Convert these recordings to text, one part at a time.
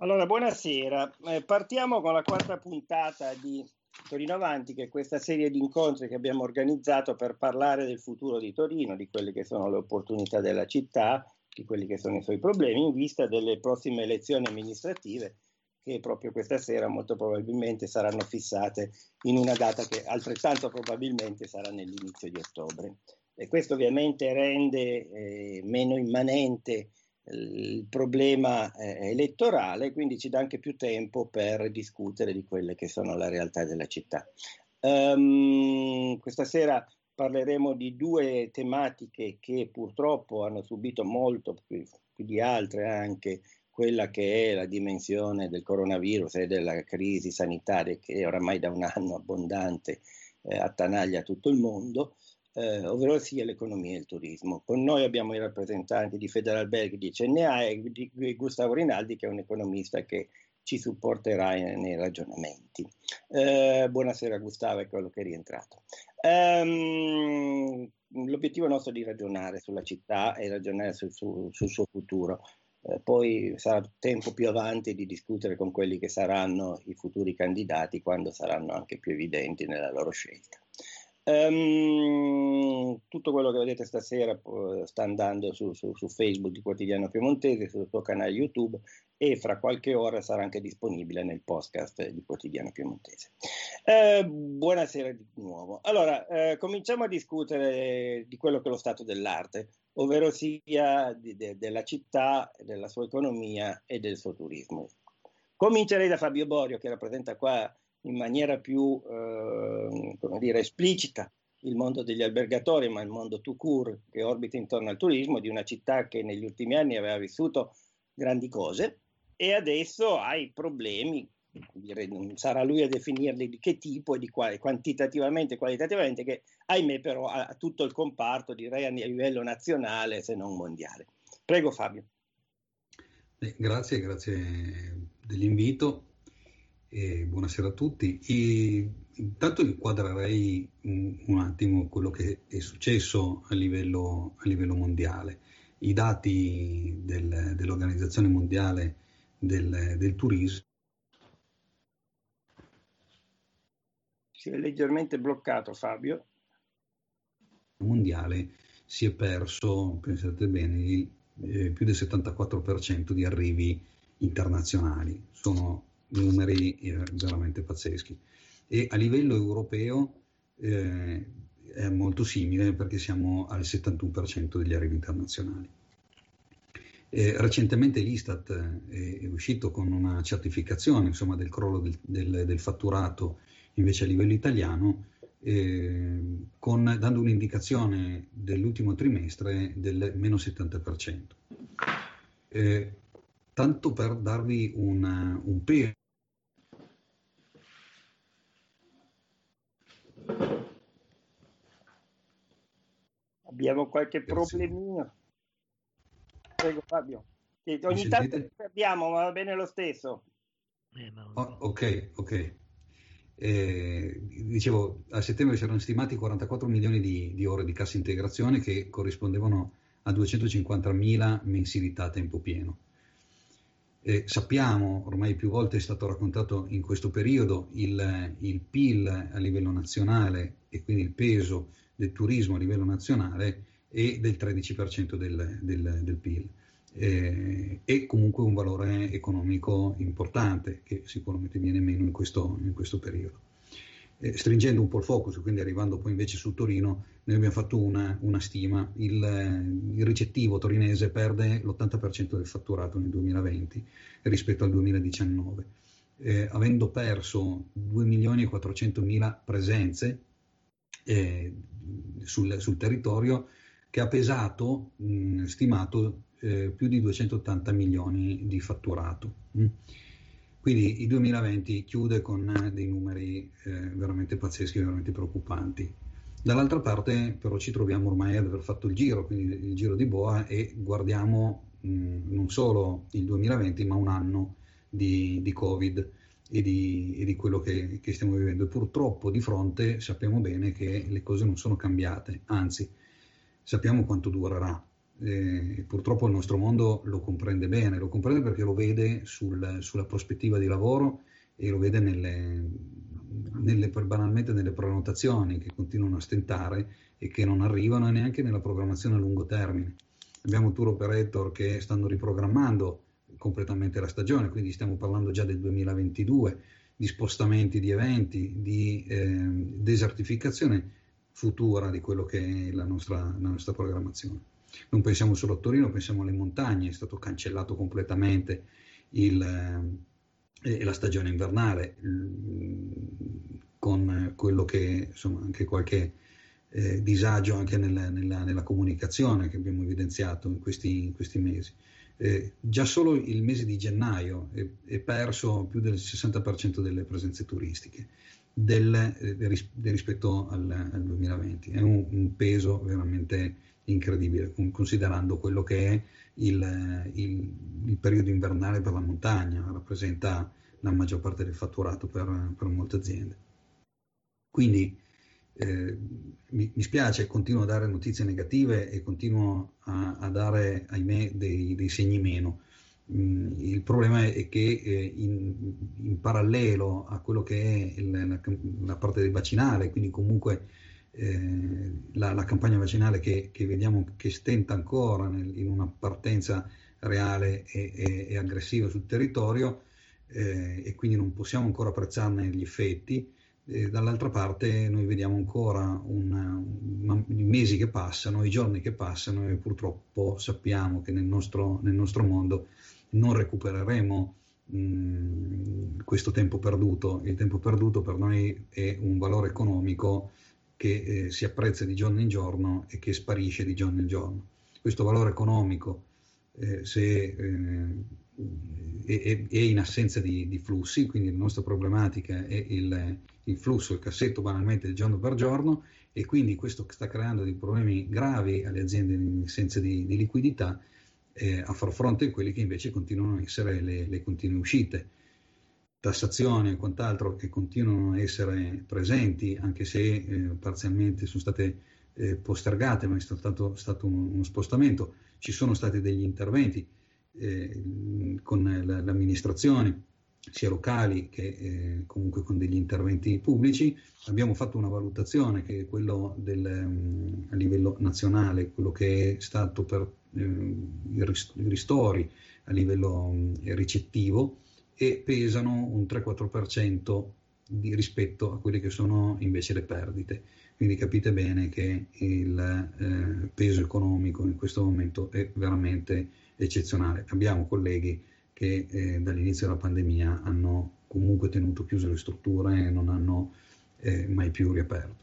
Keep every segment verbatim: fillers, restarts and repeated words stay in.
Allora, buonasera. Eh, partiamo con la quarta puntata di Torino Avanti, che è questa serie di incontri che abbiamo organizzato per parlare del futuro di Torino, di quelle che sono le opportunità della città, di quelli che sono i suoi problemi, in vista delle prossime elezioni amministrative, che proprio questa sera molto probabilmente saranno fissate in una data che altrettanto probabilmente sarà nell'inizio di ottobre. E questo ovviamente rende eh, meno immanente il problema eh, elettorale, quindi ci dà anche più tempo per discutere di quelle che sono le realtà della città. Um, questa sera parleremo di due tematiche che purtroppo hanno subito molto più, più di altre anche quella che è la dimensione del coronavirus e della crisi sanitaria che oramai da un anno abbondante eh, attanaglia tutto il mondo. Eh, ovvero sia l'economia e il turismo. Con noi abbiamo i rappresentanti di Federalberghi di C N A e di, di Gustavo Rinaldi, che è un economista che ci supporterà in, nei ragionamenti. Eh, buonasera Gustavo, è quello che è rientrato. Um, l'obiettivo nostro è di ragionare sulla città e ragionare sul, sul, sul suo futuro. Eh, poi sarà tempo più avanti di discutere con quelli che saranno i futuri candidati quando saranno anche più evidenti nella loro scelta. Um, tutto quello che vedete stasera uh, sta andando su, su, su Facebook di Quotidiano Piemontese, sul suo canale YouTube, e fra qualche ora sarà anche disponibile nel podcast di Quotidiano Piemontese. Uh, buonasera di nuovo. Allora, uh, cominciamo a discutere di quello che è lo stato dell'arte, ovvero sia di, de, della città, della sua economia e del suo turismo. Comincerei da Fabio Borio, che rappresenta qua in maniera più eh, come dire, esplicita il mondo degli albergatori, ma il mondo tout court che orbita intorno al turismo, di una città che negli ultimi anni aveva vissuto grandi cose e adesso ha i problemi, non sarà lui a definirli di che tipo e di quale, quantitativamente e qualitativamente, che ahimè però ha tutto il comparto, direi a livello nazionale se non mondiale. Prego Fabio. Eh, grazie, grazie dell'invito. Eh, buonasera a tutti. E, intanto inquadrerei un, un attimo quello che è successo a livello, a livello mondiale. I dati del, dell'Organizzazione Mondiale del, del Turismo. Si è leggermente bloccato Fabio. Mondiale si è perso, pensate bene, il, eh, più del settantaquattro per cento di arrivi internazionali. Sono numeri veramente pazzeschi, e a livello europeo eh, è molto simile, perché siamo al settantuno per cento degli arrivi internazionali. Eh, recentemente l'Istat è, è uscito con una certificazione, insomma, del crollo del, del, del fatturato invece a livello italiano, eh, con, dando un'indicazione dell'ultimo trimestre del meno settanta per cento. Eh, tanto per darvi un, un peso. Abbiamo qualche problemino. Prego Fabio. Che ogni tanto ci perdiamo, ma va bene lo stesso. Eh, ma oh, ok, ok. Eh, dicevo, a settembre si erano stimati quarantaquattro milioni di, di ore di cassa integrazione, che corrispondevano a duecentocinquantamila mensilità a tempo pieno. Eh, sappiamo, ormai più volte è stato raccontato in questo periodo, il, il P I L a livello nazionale, e quindi il peso del turismo a livello nazionale è del tredici per cento del, del, del P I L. Eh, è comunque un valore economico importante, che sicuramente viene meno in questo, in questo periodo. Eh, stringendo un po' il focus, quindi arrivando poi invece su Torino, noi abbiamo fatto una, una stima. Il, il ricettivo torinese perde l'ottanta per cento del fatturato nel duemilaventi rispetto al duemiladiciannove, eh, avendo perso due milioni e quattrocentomila presenze eh, sul, sul territorio, che ha pesato, mh, stimato, eh, più di duecentottanta milioni di fatturato. Mm. Quindi il duemilaventi chiude con dei numeri eh, veramente pazzeschi, veramente preoccupanti. Dall'altra parte però ci troviamo ormai ad aver fatto il giro, quindi il giro di boa, e guardiamo mh, non solo il duemilaventi, ma un anno di, di Covid e di, e di quello che, che stiamo vivendo. E purtroppo di fronte sappiamo bene che le cose non sono cambiate, anzi sappiamo quanto durerà. eh, purtroppo il nostro mondo lo comprende bene, lo comprende perché lo vede sul, sulla prospettiva di lavoro e lo vede nelle, nelle, banalmente nelle prenotazioni che continuano a stentare e che non arrivano, e neanche nella programmazione a lungo termine. Abbiamo tour operator che stanno riprogrammando completamente la stagione, quindi stiamo parlando già del duemilaventidue, di spostamenti di eventi, di eh, desertificazione futura di quello che è la nostra, la nostra programmazione. Non pensiamo solo a Torino, pensiamo alle montagne, è stato cancellato completamente il, eh, la stagione invernale, con quello che, insomma, anche qualche eh, disagio anche nella, nella, nella comunicazione che abbiamo evidenziato in questi, in questi mesi. Eh, già solo il mese di gennaio è, è perso più del sessanta per cento delle presenze turistiche del, eh, ris- rispetto al, al duemilaventi. È un, un peso veramente incredibile, considerando quello che è il, il, il periodo invernale per la montagna, rappresenta la maggior parte del fatturato per, per molte aziende. Quindi eh, mi, mi spiace, continuo a dare notizie negative e continuo a, a dare, ahimè, dei, dei segni meno. Mm, il problema è che eh, in, in parallelo a quello che è il, la, la parte del vaccinale, quindi comunque eh, la, la campagna vaccinale che, che vediamo che stenta ancora nel, in una partenza reale e, e, e aggressiva sul territorio, eh, e quindi non possiamo ancora apprezzarne gli effetti. E dall'altra parte noi vediamo ancora una, una, i mesi che passano, i giorni che passano, e purtroppo sappiamo che nel nostro, nel nostro mondo non recupereremo mh, questo tempo perduto. Il tempo perduto per noi è un valore economico che eh, si apprezza di giorno in giorno e che sparisce di giorno in giorno. Questo valore economico, eh, se eh, è, è in assenza di, di flussi, quindi la nostra problematica è il, il flusso, il cassetto banalmente di giorno per giorno, e quindi questo sta creando dei problemi gravi alle aziende in assenza di, di liquidità, eh, a far fronte a quelli che invece continuano a essere le, le continue uscite, tassazioni e quant'altro che continuano a essere presenti, anche se eh, parzialmente sono state eh, postergate, ma è stato, stato uno, uno spostamento. Ci sono stati degli interventi eh, con l'amministrazione, sia locali che eh, comunque con degli interventi pubblici. Abbiamo fatto una valutazione che è quello del, um, a livello nazionale, quello che è stato per eh, i ristori a livello um, ricettivo, e pesano un tre quattro per cento di, rispetto a quelle che sono invece le perdite. Quindi capite bene che il eh, peso economico in questo momento è veramente eccezionale. Abbiamo colleghi che eh, dall'inizio della pandemia hanno comunque tenuto chiuse le strutture e non hanno eh, mai più riaperto.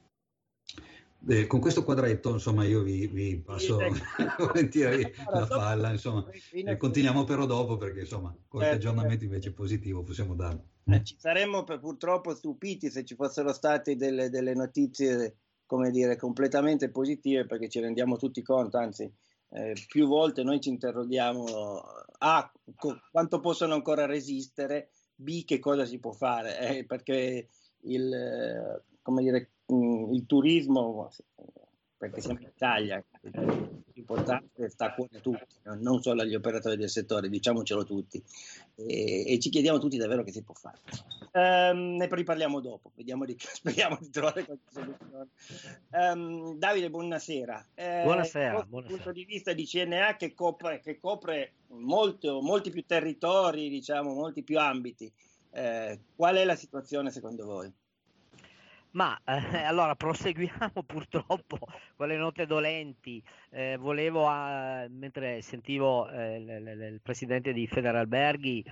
Eh, con questo quadretto, insomma, io vi, vi passo volentieri la palla, insomma, e continuiamo però dopo, perché insomma qualche aggiornamento invece positivo possiamo darlo. Eh, ci saremmo per, purtroppo stupiti se ci fossero state delle, delle notizie, come dire, completamente positive, perché ci rendiamo tutti conto, anzi eh, più volte noi ci interroghiamo: A, co- quanto possono ancora resistere, B, che cosa si può fare, eh, perché il, eh, come dire, mh, il turismo, perché siamo in Italia, l'importante sta a cuore a tutti, no? Non solo agli operatori del settore, diciamocelo tutti, e, e ci chiediamo tutti davvero che si può fare. Um, ne riparliamo dopo, vediamo di, speriamo di trovare qualche soluzione. Um, Davide, buonasera. Eh, buonasera. Dal buonasera. punto di vista di C N A, che copre, che copre molto, molti più territori, diciamo, molti più ambiti, eh, qual è la situazione secondo voi? Ma eh, allora proseguiamo purtroppo con le note dolenti. Eh, volevo, eh, mentre sentivo eh, l- l- il presidente di Federalberghi,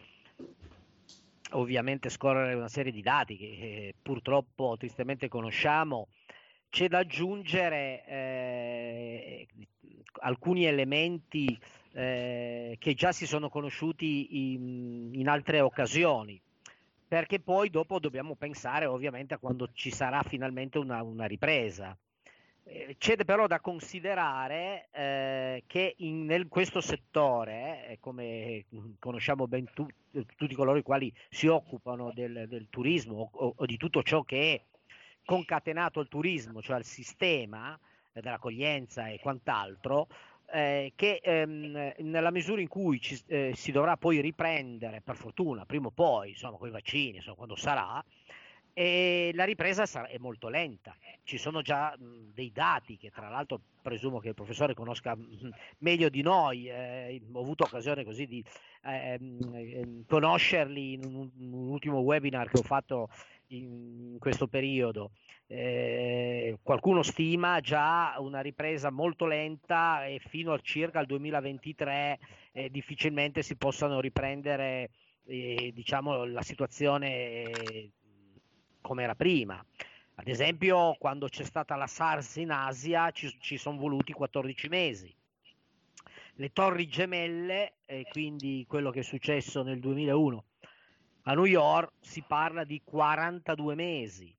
ovviamente scorrere una serie di dati che eh, purtroppo tristemente conosciamo, c'è da aggiungere eh, alcuni elementi eh, che già si sono conosciuti in, in altre occasioni, perché poi dopo dobbiamo pensare ovviamente a quando ci sarà finalmente una, una ripresa. Eh, c'è però da considerare eh, che in nel, questo settore, eh, come conosciamo ben tu, tutti coloro i quali si occupano del, del turismo o, o di tutto ciò che è concatenato al turismo, cioè al sistema eh, dell'accoglienza e quant'altro, eh, che ehm, nella misura in cui ci, eh, si dovrà poi riprendere, per fortuna, prima o poi, insomma, con i vaccini, insomma, quando sarà, e la ripresa sarà, è molto lenta. Ci sono già mh, dei dati che tra l'altro presumo che il professore conosca mh, meglio di noi, eh, ho avuto occasione così di eh, mh, conoscerli in un, un ultimo webinar che ho fatto in, in questo periodo. Eh, qualcuno stima già una ripresa molto lenta e fino a circa al duemilaventitré eh, difficilmente si possano riprendere eh, diciamo la situazione eh, come era prima. Ad esempio, quando c'è stata la SARS in Asia ci, ci sono voluti quattordici mesi. Le Torri Gemelle, e quindi quello che è successo nel duemilauno a New York, si parla di quarantadue mesi.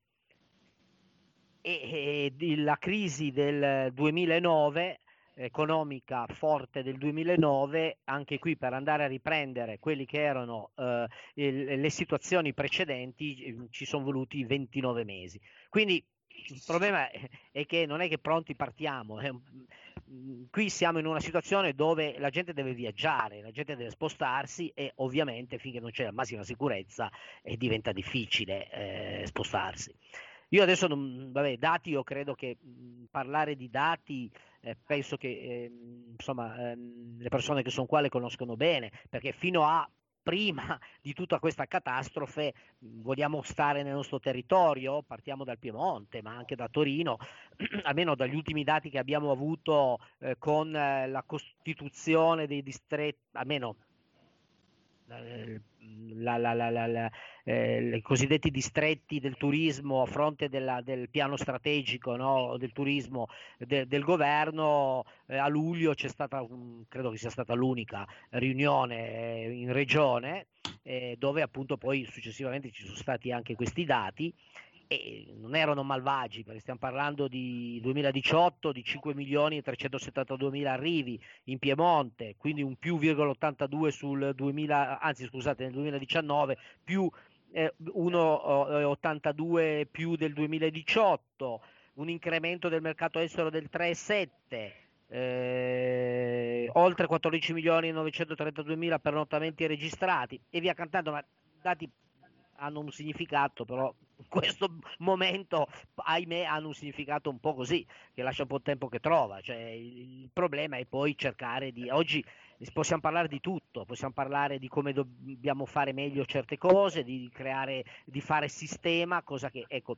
E, e la crisi del duemilanove, economica forte del duemilanove, anche qui per andare a riprendere quelli che erano eh, il, le situazioni precedenti ci sono voluti ventinove mesi. Quindi il problema è, è che non è che pronti partiamo, è, qui siamo in una situazione dove la gente deve viaggiare, la gente deve spostarsi e ovviamente finché non c'è la massima sicurezza eh, diventa difficile eh, spostarsi. Io adesso, non, vabbè, dati, io credo che mh, parlare di dati, eh, penso che eh, insomma ehm, le persone che sono qua le conoscono bene, perché fino a prima di tutta questa catastrofe mh, vogliamo stare nel nostro territorio, partiamo dal Piemonte, ma anche da Torino, almeno dagli ultimi dati che abbiamo avuto eh, con eh, la costituzione dei distretti, almeno La, la, la, la, eh, i cosiddetti distretti del turismo a fronte della, del piano strategico, no, del turismo de, del governo, eh, a luglio c'è stata, um, credo che sia stata l'unica riunione eh, in regione eh, dove appunto poi successivamente ci sono stati anche questi dati e non erano malvagi, perché stiamo parlando di duemiladiciotto di cinque milioni e trecentosettantadue mila arrivi in Piemonte, quindi un più virgola ottantadue sul duemila, anzi scusate nel duemiladiciannove più eh, uno virgola ottantadue più del duemiladiciotto, un incremento del mercato estero del tre virgola sette, eh, oltre quattordici milioni e novecentotrentadue mila pernottamenti registrati e via cantando, ma dati hanno un significato, però in questo momento, ahimè, hanno un significato un po' così, che lascia un po' il tempo che trova. Cioè, il, il problema è poi cercare di... Oggi possiamo parlare di tutto, possiamo parlare di come dobbiamo fare meglio certe cose, di creare, di fare sistema, cosa che, ecco,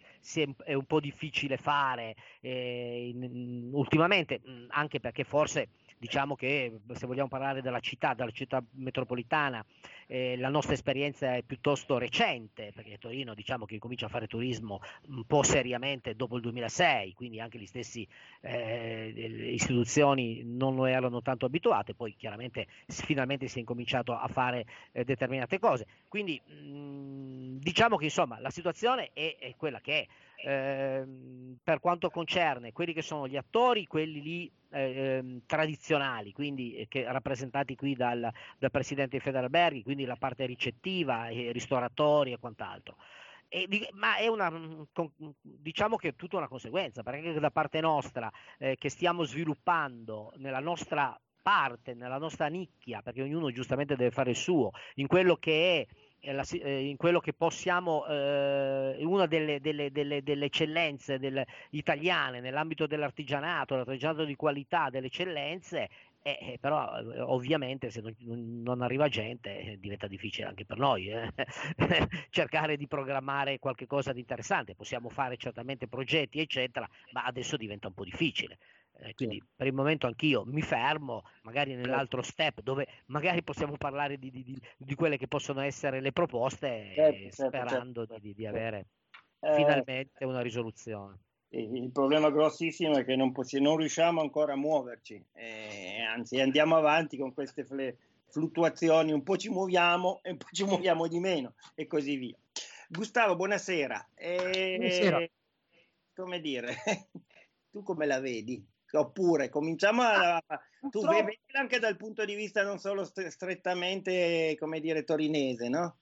è un po' difficile fare eh, in, in, ultimamente, anche perché forse diciamo che se vogliamo parlare della città, della città metropolitana, eh, la nostra esperienza è piuttosto recente, perché Torino diciamo che comincia a fare turismo un po' seriamente dopo il duemilasei, quindi anche le stesse eh, istituzioni non lo erano tanto abituate, poi chiaramente finalmente si è incominciato a fare eh, determinate cose, quindi mh, diciamo che insomma la situazione è, è quella che è. Eh, per quanto concerne quelli che sono gli attori, quelli lì eh, tradizionali, quindi eh, che rappresentati qui dal, dal presidente Federberghi, quindi la parte ricettiva, i ristoratori e quant'altro. E, ma è una, diciamo che è tutta una conseguenza, perché anche da parte nostra eh, che stiamo sviluppando nella nostra parte, nella nostra nicchia, perché ognuno giustamente deve fare il suo, in quello che è in quello che possiamo, eh, una delle, delle, delle, delle eccellenze delle, italiane nell'ambito dell'artigianato, l'artigianato di qualità, delle eccellenze, eh, però eh, ovviamente se non, non arriva gente eh, diventa difficile anche per noi eh. cercare di programmare qualche cosa di interessante. Possiamo fare certamente progetti eccetera, ma adesso diventa un po' difficile. Eh, quindi sì. Per il momento anch'io mi fermo, magari nell'altro step dove magari possiamo parlare di, di, di, di quelle che possono essere le proposte, certo, sperando certo. Di, di avere eh, finalmente una risoluzione. Il problema grossissimo è che non, possi- non riusciamo ancora a muoverci, eh, anzi andiamo avanti con queste fle- fluttuazioni, un po' ci muoviamo e un po' ci muoviamo di meno e così via. Gustavo, buonasera. Eh, buonasera. Come dire, tu come la vedi? Oppure cominciamo a... Ah, tu vedi anche dal punto di vista non solo st- strettamente, come dire, torinese, no?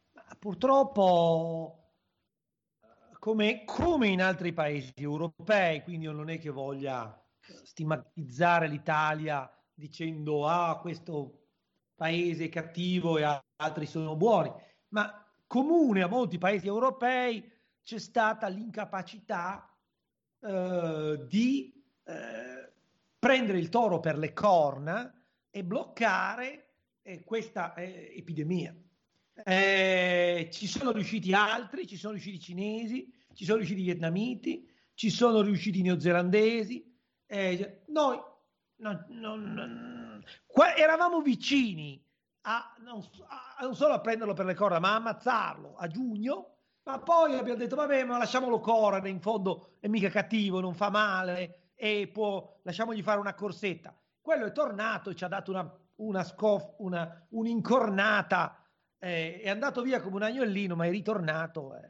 Purtroppo, come, come in altri paesi europei, quindi io non è che voglia stigmatizzare l'Italia dicendo ah questo paese è cattivo e altri sono buoni, ma comune a molti paesi europei c'è stata l'incapacità eh, di eh, prendere il toro per le corna e bloccare eh, questa eh, epidemia. Eh, ci sono riusciti altri, ci sono riusciti i cinesi, ci sono riusciti i vietnamiti, ci sono riusciti i neozelandesi. Eh, noi non, non, non, qua, eravamo vicini a non, a non solo a prenderlo per le corna, ma a ammazzarlo a giugno, ma poi abbiamo detto vabbè, ma lasciamolo correre, in fondo è mica cattivo, non fa male e può, lasciamogli fare una corsetta. Quello è tornato e ci ha dato una, una, scoff, una un'incornata, eh, è andato via come un agnellino, ma è ritornato. Eh.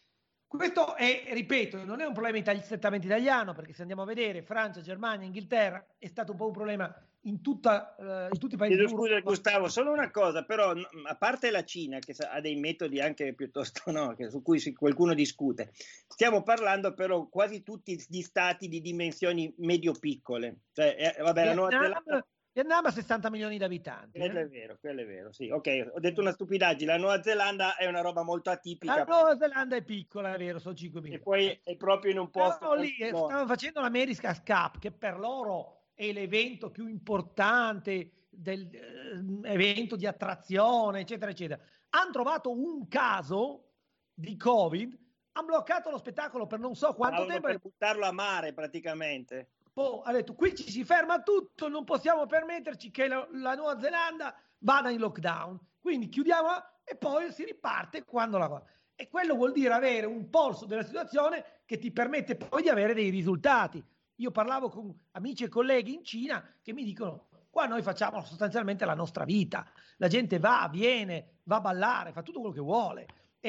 Questo è, ripeto, non è un problema itali- strettamente italiano, perché se andiamo a vedere Francia, Germania, Inghilterra, è stato un po' un problema in, tutta, uh, in tutti i paesi Chiedo d'Europa. scusa Gustavo, solo una cosa, però a parte la Cina che ha dei metodi anche piuttosto no, che, su cui si, qualcuno discute, stiamo parlando però quasi tutti di stati di dimensioni medio-piccole. Cioè, eh, vabbè, la Nuova Zelanda... Vietnam ha sessanta milioni di abitanti. Quello eh? è vero, quello è vero, sì. Ok, ho detto una stupidaggine, la Nuova Zelanda è una roba molto atipica. La Nuova Zelanda è piccola, è vero, sono cinque milioni. E poi è proprio in un posto... Però lì stavano facendo l'America's Cup, che per loro è l'evento più importante, del eh, evento di attrazione, eccetera, eccetera. Hanno trovato un caso di Covid, hanno bloccato lo spettacolo per non so quanto tempo. Per buttarlo a mare, praticamente. Oh, ha detto qui ci si ferma tutto, non possiamo permetterci che la, la Nuova Zelanda vada in lockdown, quindi chiudiamo e poi si riparte quando la... E quello vuol dire avere un polso della situazione che ti permette poi di avere dei risultati. Io parlavo con amici e colleghi in Cina che mi dicono qua noi facciamo sostanzialmente la nostra vita, la gente va, viene, va a ballare, fa tutto quello che vuole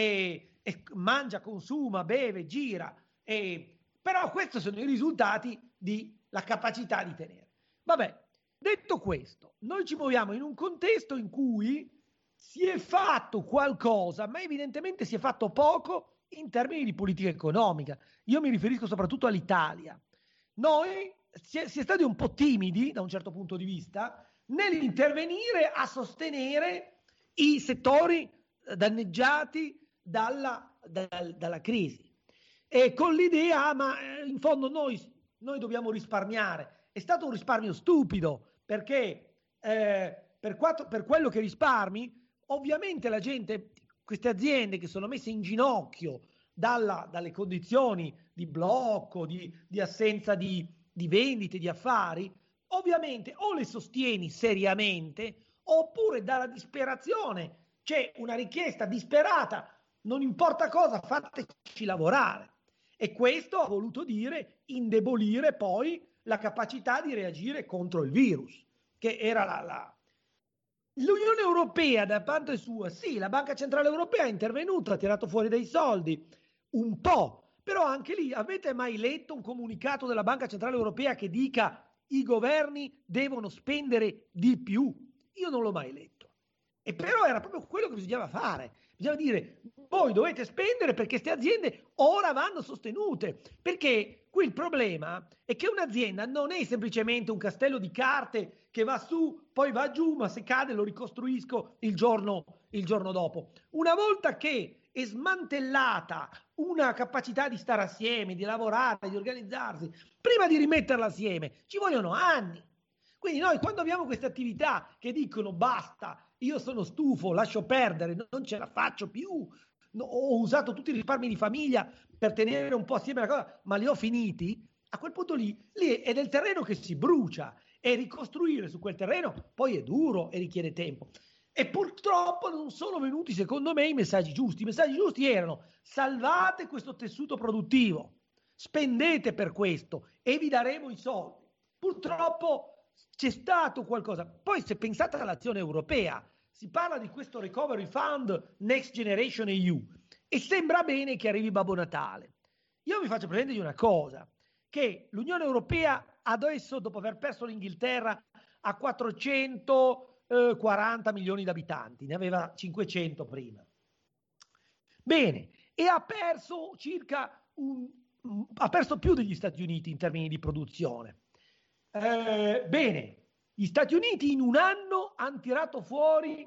e, e mangia, consuma, beve, gira e... Però questi sono i risultati di la capacità di tenere. Vabbè, detto questo, noi ci muoviamo in un contesto in cui si è fatto qualcosa, ma evidentemente si è fatto poco in termini di politica economica. Io mi riferisco soprattutto all'Italia. Noi si è, si è stati un po' timidi, da un certo punto di vista, nell'intervenire a sostenere i settori danneggiati dalla, dal, dalla crisi. E con l'idea, ma in fondo noi, noi dobbiamo risparmiare. È stato un risparmio stupido, perché eh, per, quattro, per quello che risparmi, ovviamente la gente, queste aziende che sono messe in ginocchio dalla, dalle condizioni di blocco, di, di assenza di, di vendite, di affari, ovviamente o le sostieni seriamente, oppure dalla disperazione c'è una richiesta disperata, non importa cosa, fateci lavorare. E questo ha voluto dire indebolire poi la capacità di reagire contro il virus, che era la... la... L'Unione Europea da parte sua, sì, la Banca Centrale Europea è intervenuta, ha tirato fuori dei soldi, un po', però anche lì avete mai letto un comunicato della Banca Centrale Europea che dica i governi devono spendere di più? Io non l'ho mai letto. E però era proprio quello che bisognava fare. Bisogna dire, voi dovete spendere perché queste aziende ora vanno sostenute. Perché qui il problema è che un'azienda non è semplicemente un castello di carte che va su, poi va giù, ma se cade lo ricostruisco il giorno, il giorno dopo. Una volta che è smantellata una capacità di stare assieme, di lavorare, di organizzarsi, prima di rimetterla assieme ci vogliono anni. Quindi noi quando abbiamo queste attività che dicono basta, io sono stufo, lascio perdere, non ce la faccio più, no, ho usato tutti i risparmi di famiglia per tenere un po' assieme la cosa, ma li ho finiti, a quel punto lì, lì è del terreno che si brucia e ricostruire su quel terreno poi è duro e richiede tempo. E purtroppo non sono venuti, secondo me, i messaggi giusti. I messaggi giusti erano: salvate questo tessuto produttivo, spendete per questo e vi daremo i soldi. Purtroppo c'è stato qualcosa. Poi se pensate all'azione europea, si parla di questo Recovery Fund Next Generation E U e sembra bene che arrivi Babbo Natale. Io vi faccio presente di una cosa, che l'Unione Europea adesso, dopo aver perso l'Inghilterra, ha quattrocentoquaranta milioni di abitanti, ne aveva cinquecento prima. Bene, e ha perso circa un, ha perso più degli Stati Uniti in termini di produzione. Eh, bene, gli Stati Uniti in un anno hanno tirato fuori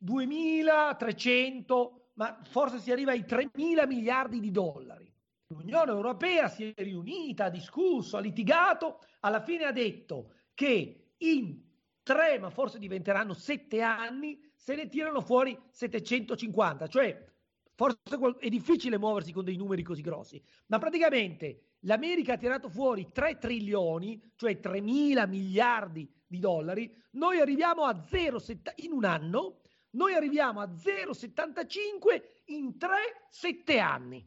duemilatrecento, ma forse si arriva ai tremila miliardi di dollari. L'Unione Europea si è riunita, ha discusso, ha litigato, alla fine ha detto che in tre, ma forse diventeranno sette anni, se ne tirano fuori settecentocinquanta, cioè forse è difficile muoversi con dei numeri così grossi, ma praticamente l'America ha tirato fuori tre trilioni, cioè tremila miliardi di dollari, noi arriviamo a zero in un anno, noi arriviamo a zero virgola settantacinque in tre sette anni.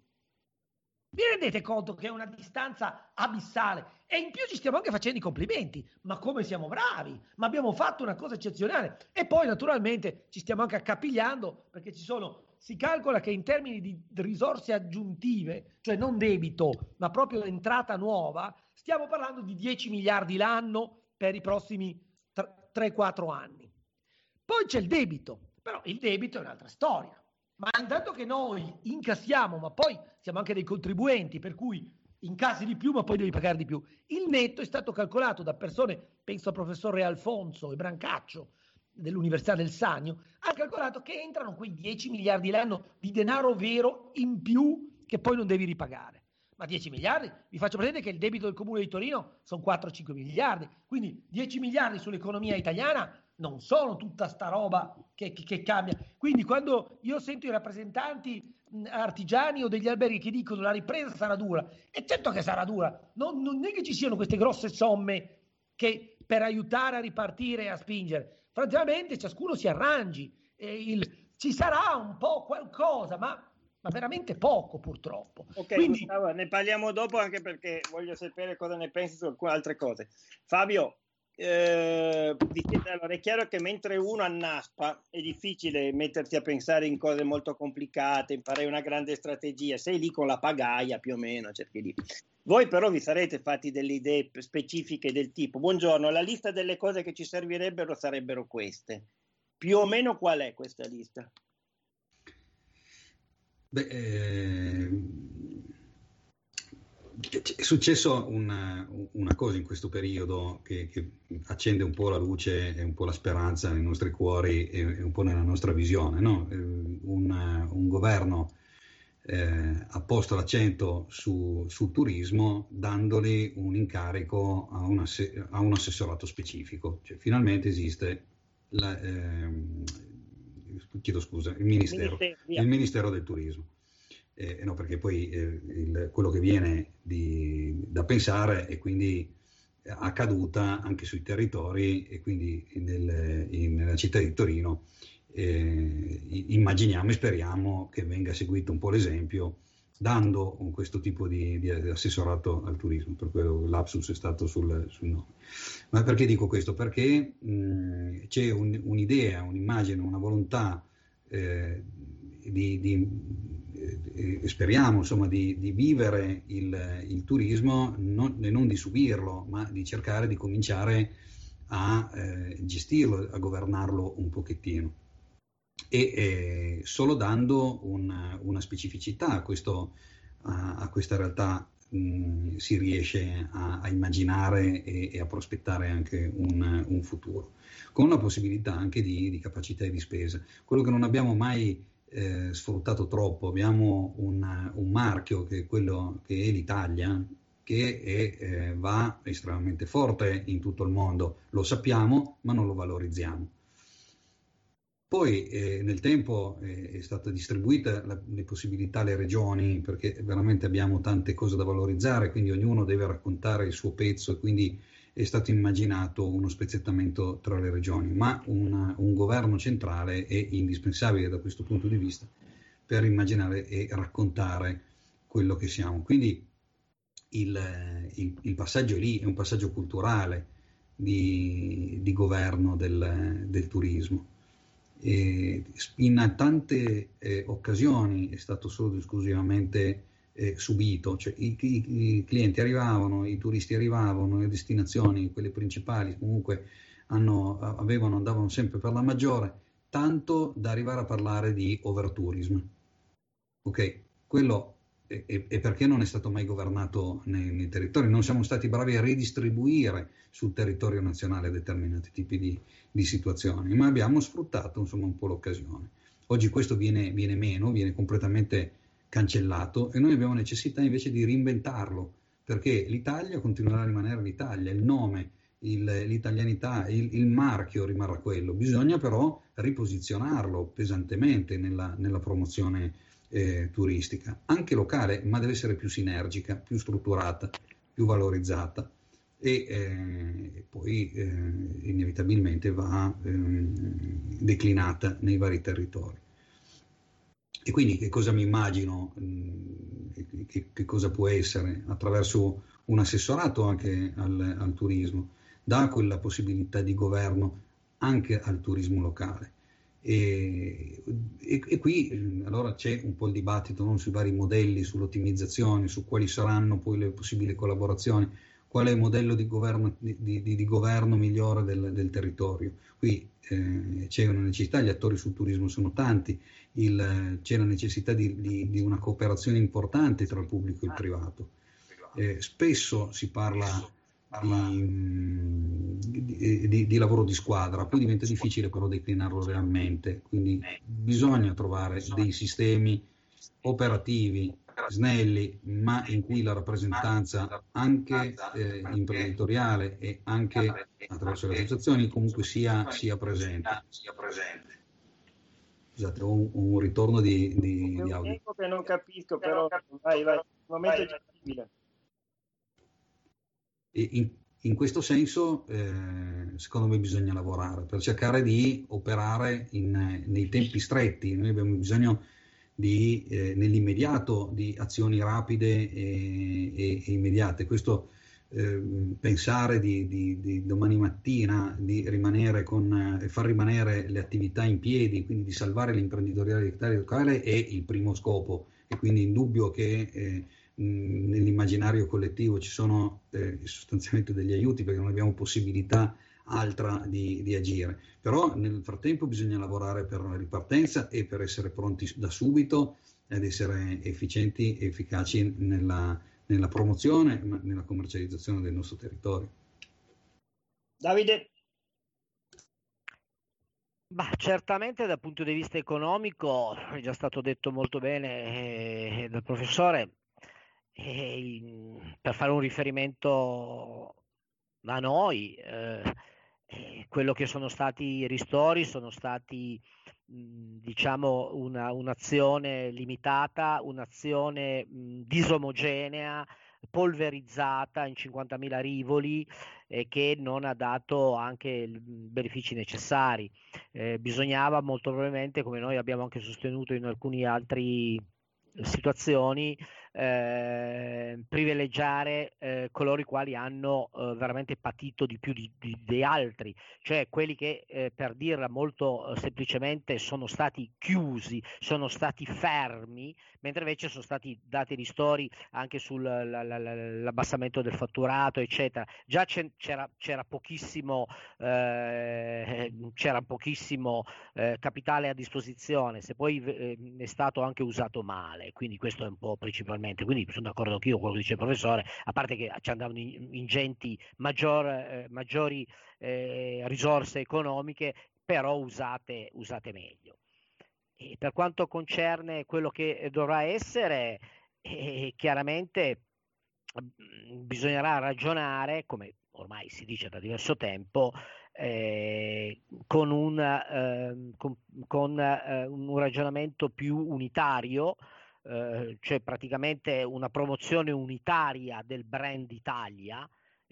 Vi rendete conto che è una distanza abissale? E in più ci stiamo anche facendo i complimenti. Ma come siamo bravi! Ma abbiamo fatto una cosa eccezionale. E poi naturalmente ci stiamo anche accapigliando, perché ci sono, si calcola che in termini di risorse aggiuntive, cioè non debito, ma proprio entrata nuova, stiamo parlando di dieci miliardi l'anno per i prossimi tre quattro anni. Poi c'è il debito, però il debito è un'altra storia. Ma intanto che noi incassiamo, ma poi siamo anche dei contribuenti, per cui incassi di più, ma poi devi pagare di più. Il netto è stato calcolato da persone, penso al professor Re Alfonso e Brancaccio dell'Università del Sannio, ha calcolato che entrano quei dieci miliardi l'anno di denaro vero in più che poi non devi ripagare. Ma dieci miliardi? Vi faccio presente che il debito del Comune di Torino sono quattro cinque miliardi, quindi dieci miliardi sull'economia italiana non sono tutta sta roba che, che, che cambia. Quindi quando io sento i rappresentanti artigiani o degli alberghi che dicono la ripresa sarà dura, è certo che sarà dura, non, non è che ci siano queste grosse somme che per aiutare a ripartire e a spingere. Francamente ciascuno si arrangi, e il, ci sarà un po' qualcosa, ma, ma veramente poco purtroppo. Ok, quindi Gustavo, ne parliamo dopo, anche perché voglio sapere cosa ne pensi su altre cose. Fabio, Eh, allora, è chiaro che mentre uno annaspa è difficile metterti a pensare in cose molto complicate, imparare una grande strategia, sei lì con la pagaia più o meno, cerchi di... Voi però vi sarete fatti delle idee specifiche del tipo: buongiorno, la lista delle cose che ci servirebbero sarebbero queste. Più o meno qual è questa lista? Beh, eh... è successo una, una cosa in questo periodo che, che accende un po' la luce e un po' la speranza nei nostri cuori e, e un po' nella nostra visione, no? Un, un governo eh, ha posto l'accento su, sul turismo, dandogli un incarico a un, ass- a un assessorato specifico. Cioè, finalmente esiste la, eh, chiedo scusa, il Ministero, il Ministero del Turismo. Eh, no, perché poi eh, il, quello che viene di, da pensare è quindi a caduta anche sui territori, e quindi nel, in, nella città di Torino eh, immaginiamo e speriamo che venga seguito un po' l'esempio, dando un, questo tipo di, di assessorato al turismo. Per quello l'apsus è stato sul, sul nome. Ma perché dico questo? Perché mh, c'è un, un'idea, un'immagine, una volontà eh, di, di e speriamo insomma di, di vivere il, il turismo non, e non di subirlo, ma di cercare di cominciare a eh, gestirlo, a governarlo un pochettino, e eh, solo dando una, una specificità a, questo, a, a questa realtà mh, si riesce a, a immaginare e, e a prospettare anche un, un futuro, con la possibilità anche di, di capacità e di spesa. Quello che non abbiamo mai Eh, sfruttato troppo, abbiamo un, un marchio che è quello che è l'Italia, che è, eh, va estremamente forte in tutto il mondo, lo sappiamo ma non lo valorizziamo. Poi eh, nel tempo eh, è stata distribuita la, le possibilità alle regioni, perché veramente abbiamo tante cose da valorizzare, quindi ognuno deve raccontare il suo pezzo, e quindi è stato immaginato uno spezzettamento tra le regioni, ma una, un governo centrale è indispensabile da questo punto di vista per immaginare e raccontare quello che siamo. Quindi il, il, il passaggio lì è un passaggio culturale di, di governo del, del turismo. E in tante eh, occasioni è stato solo ed esclusivamente Eh, subito, cioè i, i, i clienti arrivavano, i turisti arrivavano, le destinazioni, quelle principali comunque hanno, avevano, andavano sempre per la maggiore, tanto da arrivare a parlare di overtourism. Ok, quello e, e perché non è stato mai governato nei, nei territori, non siamo stati bravi a ridistribuire sul territorio nazionale determinati tipi di, di situazioni, ma abbiamo sfruttato insomma un po' l'occasione. Oggi questo viene, viene meno, viene completamente cancellato e noi abbiamo necessità invece di reinventarlo, perché l'Italia continuerà a rimanere l'Italia, il nome, il, l'italianità, il, il marchio rimarrà quello, bisogna però riposizionarlo pesantemente nella, nella promozione eh, turistica, anche locale, ma deve essere più sinergica, più strutturata, più valorizzata e eh, poi eh, inevitabilmente va eh, declinata nei vari territori. E quindi che cosa mi immagino, che, che cosa può essere attraverso un assessorato anche al, al turismo, dà quella possibilità di governo anche al turismo locale. E, e, e qui allora c'è un po' il dibattito, non, sui vari modelli, sull'ottimizzazione, su quali saranno poi le possibili collaborazioni, qual è il modello di governo, di, di, di governo migliore del, del territorio. Qui eh, c'è una necessità, gli attori sul turismo sono tanti, il, c'è la necessità di, di, di una cooperazione importante tra il pubblico e il privato. Eh, spesso si parla di, di, di, di lavoro di squadra, poi diventa difficile però declinarlo realmente, quindi bisogna trovare dei sistemi operativi snelli, ma in cui la rappresentanza anche eh, imprenditoriale e anche attraverso le associazioni comunque sia, sia presente. Scusate, ho un, un ritorno di, di, di audio. Che non capisco, però vai, vai, il momento è gestibile. In, in questo senso, eh, secondo me bisogna lavorare per cercare di operare in, nei tempi stretti. Noi abbiamo bisogno di, eh, nell'immediato di azioni rapide e, e, e immediate. Questo eh, pensare di, di, di domani mattina di rimanere con, eh, far rimanere le attività in piedi, quindi di salvare l'imprenditorialità locale è il primo scopo, e quindi è indubbio che eh, mh, nell'immaginario collettivo ci sono eh, sostanzialmente degli aiuti, perché non abbiamo possibilità altra di, di agire, però nel frattempo bisogna lavorare per la ripartenza e per essere pronti da subito ed essere efficienti e efficaci nella, nella promozione e nella commercializzazione del nostro territorio. Davide? Bah, certamente dal punto di vista economico è già stato detto molto bene eh, dal professore, eh, per fare un riferimento a noi, eh, eh, quello che sono stati i ristori sono stati mh, diciamo una, un'azione limitata, un'azione mh, disomogenea, polverizzata in cinquantamila rivoli, eh, che non ha dato anche i benefici necessari. Eh, bisognava molto probabilmente, come noi abbiamo anche sostenuto in alcuni altri situazioni, eh, privilegiare eh, coloro i quali hanno eh, veramente patito di più di, di, di altri, cioè quelli che eh, per dirla molto eh, semplicemente sono stati chiusi, sono stati fermi, mentre invece sono stati dati ristori anche sull'abbassamento del fatturato, eccetera. Già c'era, c'era pochissimo, eh, c'era pochissimo eh, capitale a disposizione, se poi eh, è stato anche usato male, quindi questo è un po' principalmente. Quindi sono d'accordo anch'io con quello che dice il professore, a parte che ci andavano ingenti maggior, eh, maggiori eh, risorse economiche, però usate, usate meglio. E per quanto concerne quello che dovrà essere, eh, chiaramente bisognerà ragionare, come ormai si dice da diverso tempo, eh, con, un, eh, con, con eh, un ragionamento più unitario, eh, cioè praticamente una promozione unitaria del brand Italia,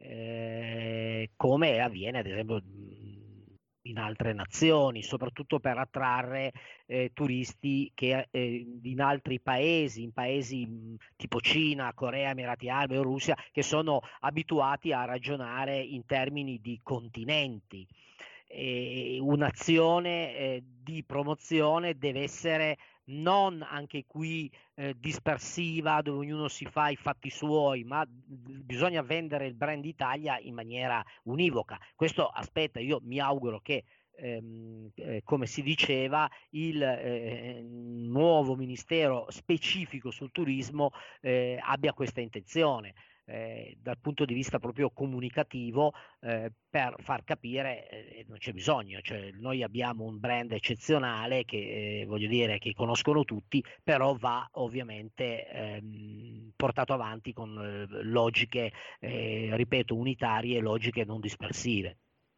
eh, come avviene ad esempio in altre nazioni, soprattutto per attrarre eh, turisti che eh, in altri paesi, in paesi mh, tipo Cina, Corea, Emirati Arabi o Russia, che sono abituati a ragionare in termini di continenti. E un'azione eh, di promozione deve essere non anche qui eh, dispersiva, dove ognuno si fa i fatti suoi, ma bisogna vendere il brand Italia in maniera univoca. Questo aspetta, io mi auguro che ehm, eh, come si diceva, il eh, nuovo ministero specifico sul turismo eh, abbia questa intenzione. Eh, dal punto di vista proprio comunicativo, eh, per far capire eh, non c'è bisogno, cioè noi abbiamo un brand eccezionale che eh, voglio dire che conoscono tutti, però va ovviamente ehm, portato avanti con eh, logiche eh, ripeto unitarie, logiche non dispersive.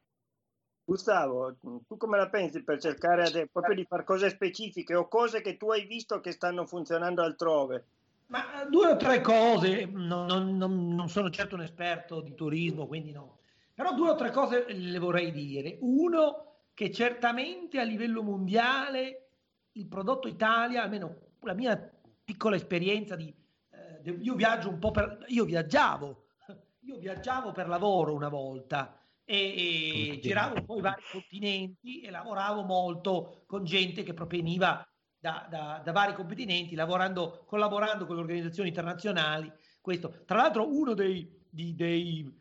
Gustavo, tu come la pensi per cercare de- proprio di fare cose specifiche o cose che tu hai visto che stanno funzionando altrove? Ma due o tre cose, non, non- non- non sono certo un esperto di turismo, quindi no, però due o tre cose le vorrei dire. Uno, che certamente a livello mondiale il prodotto Italia, almeno la mia piccola esperienza di, eh, de- io viaggio un po' per, io viaggiavo, io viaggiavo per lavoro una volta e, e giravo un po' i vari continenti e lavoravo molto con gente che proveniva da, da, da vari continenti, lavorando, collaborando con le organizzazioni internazionali. Questo, tra l'altro, uno dei, di, dei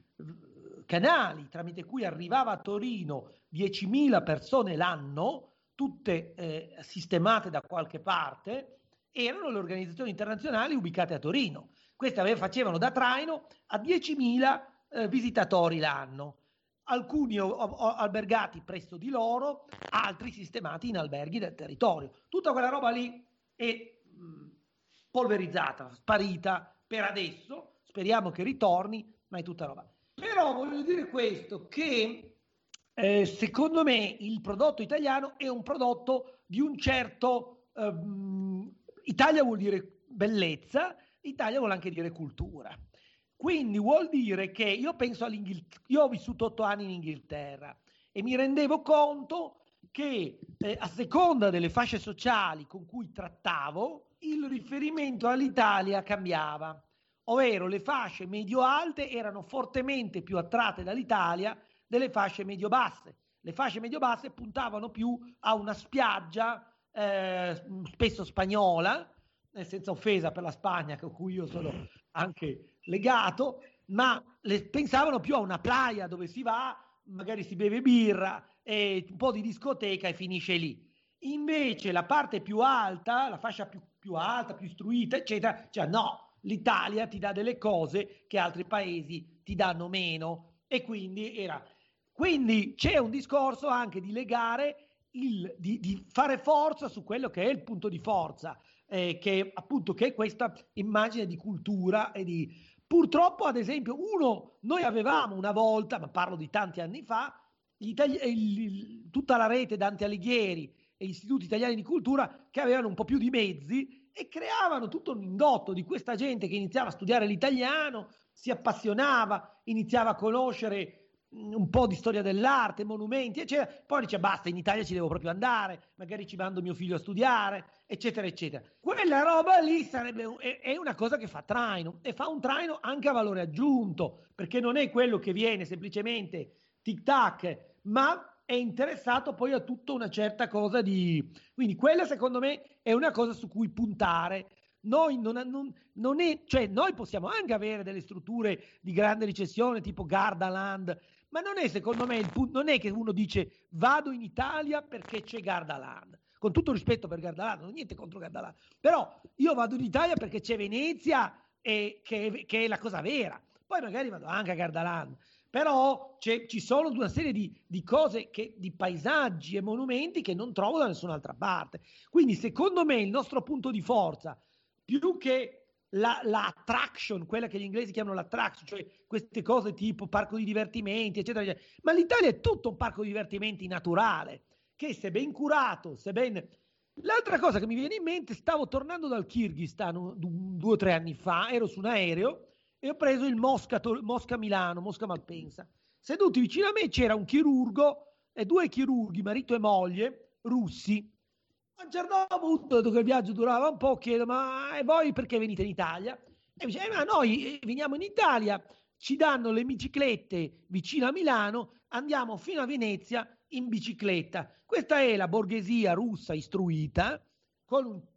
canali tramite cui arrivava a Torino diecimila persone l'anno, tutte eh, sistemate da qualche parte, erano le organizzazioni internazionali ubicate a Torino. Queste facevano da traino a diecimila eh, visitatori l'anno. Alcuni o, o, albergati presso di loro, altri sistemati in alberghi del territorio. Tutta quella roba lì è mh, polverizzata, sparita per adesso, speriamo che ritorni, ma è tutta roba. Però voglio dire questo, che eh, secondo me il prodotto italiano è un prodotto di un certo... Ehm, Italia vuol dire bellezza, Italia vuol anche dire cultura. Quindi vuol dire che io penso all'Inghilterra, io ho vissuto otto anni in Inghilterra e mi rendevo conto che eh, a seconda delle fasce sociali con cui trattavo, il riferimento all'Italia cambiava, ovvero le fasce medio-alte erano fortemente più attratte dall'Italia delle fasce medio-basse. Le fasce medio-basse puntavano più a una spiaggia eh, spesso spagnola, senza offesa per la Spagna con cui io sono anche legato, ma le, pensavano più a una playa dove si va, magari si beve birra, e un po' di discoteca e finisce lì. Invece la parte più alta, la fascia più, più alta, più istruita, eccetera, cioè no, l'Italia ti dà delle cose che altri paesi ti danno meno e quindi era... Quindi c'è un discorso anche di legare, il, di, di fare forza su quello che è il punto di forza, eh, che appunto che è questa immagine di cultura e di... Purtroppo, ad esempio, uno, noi avevamo una volta, ma parlo di tanti anni fa, Itali- il, il, tutta la rete Dante Alighieri e gli istituti italiani di cultura che avevano un po' più di mezzi e creavano tutto un indotto di questa gente che iniziava a studiare l'italiano, si appassionava, iniziava a conoscere un po' di storia dell'arte, monumenti, eccetera. Poi dice basta, in Italia ci devo proprio andare, magari ci mando mio figlio a studiare, eccetera, eccetera. Quella roba lì sarebbe, è, è una cosa che fa traino e fa un traino anche a valore aggiunto, perché non è quello che viene semplicemente tic-tac, ma è interessato poi a tutta una certa cosa di... Quindi quella secondo me è una cosa su cui puntare. Noi, non, non, non è, cioè noi possiamo anche avere delle strutture di grande recessione tipo Gardaland, ma non è secondo me il punto, non è che uno dice vado in Italia perché c'è Gardaland, con tutto rispetto per Gardaland, non ho niente contro Gardaland, però io vado in Italia perché c'è Venezia e che, che è la cosa vera, poi magari vado anche a Gardaland, però c'è, ci sono una serie di, di cose, che, di paesaggi e monumenti che non trovo da nessun'altra parte, quindi secondo me il nostro punto di forza, più che la, la attraction, quella che gli inglesi chiamano l'attraction, cioè queste cose tipo parco di divertimenti, eccetera, eccetera. Ma l'Italia è tutto un parco di divertimenti naturale, che se ben curato, se ben... L'altra cosa che mi viene in mente, stavo tornando dal Kirghizistan due o tre anni fa, ero su un aereo e ho preso il Mosca, Mosca Milano, Mosca Malpensa. Seduti vicino a me c'era un chirurgo e due chirurghi, marito e moglie, russi. A un certo punto, dopo che il viaggio durava un po', chiedo, ma e voi perché venite in Italia? E mi dice, eh, ma noi veniamo in Italia, ci danno le biciclette vicino a Milano, andiamo fino a Venezia in bicicletta. Questa è la borghesia russa istruita, con un,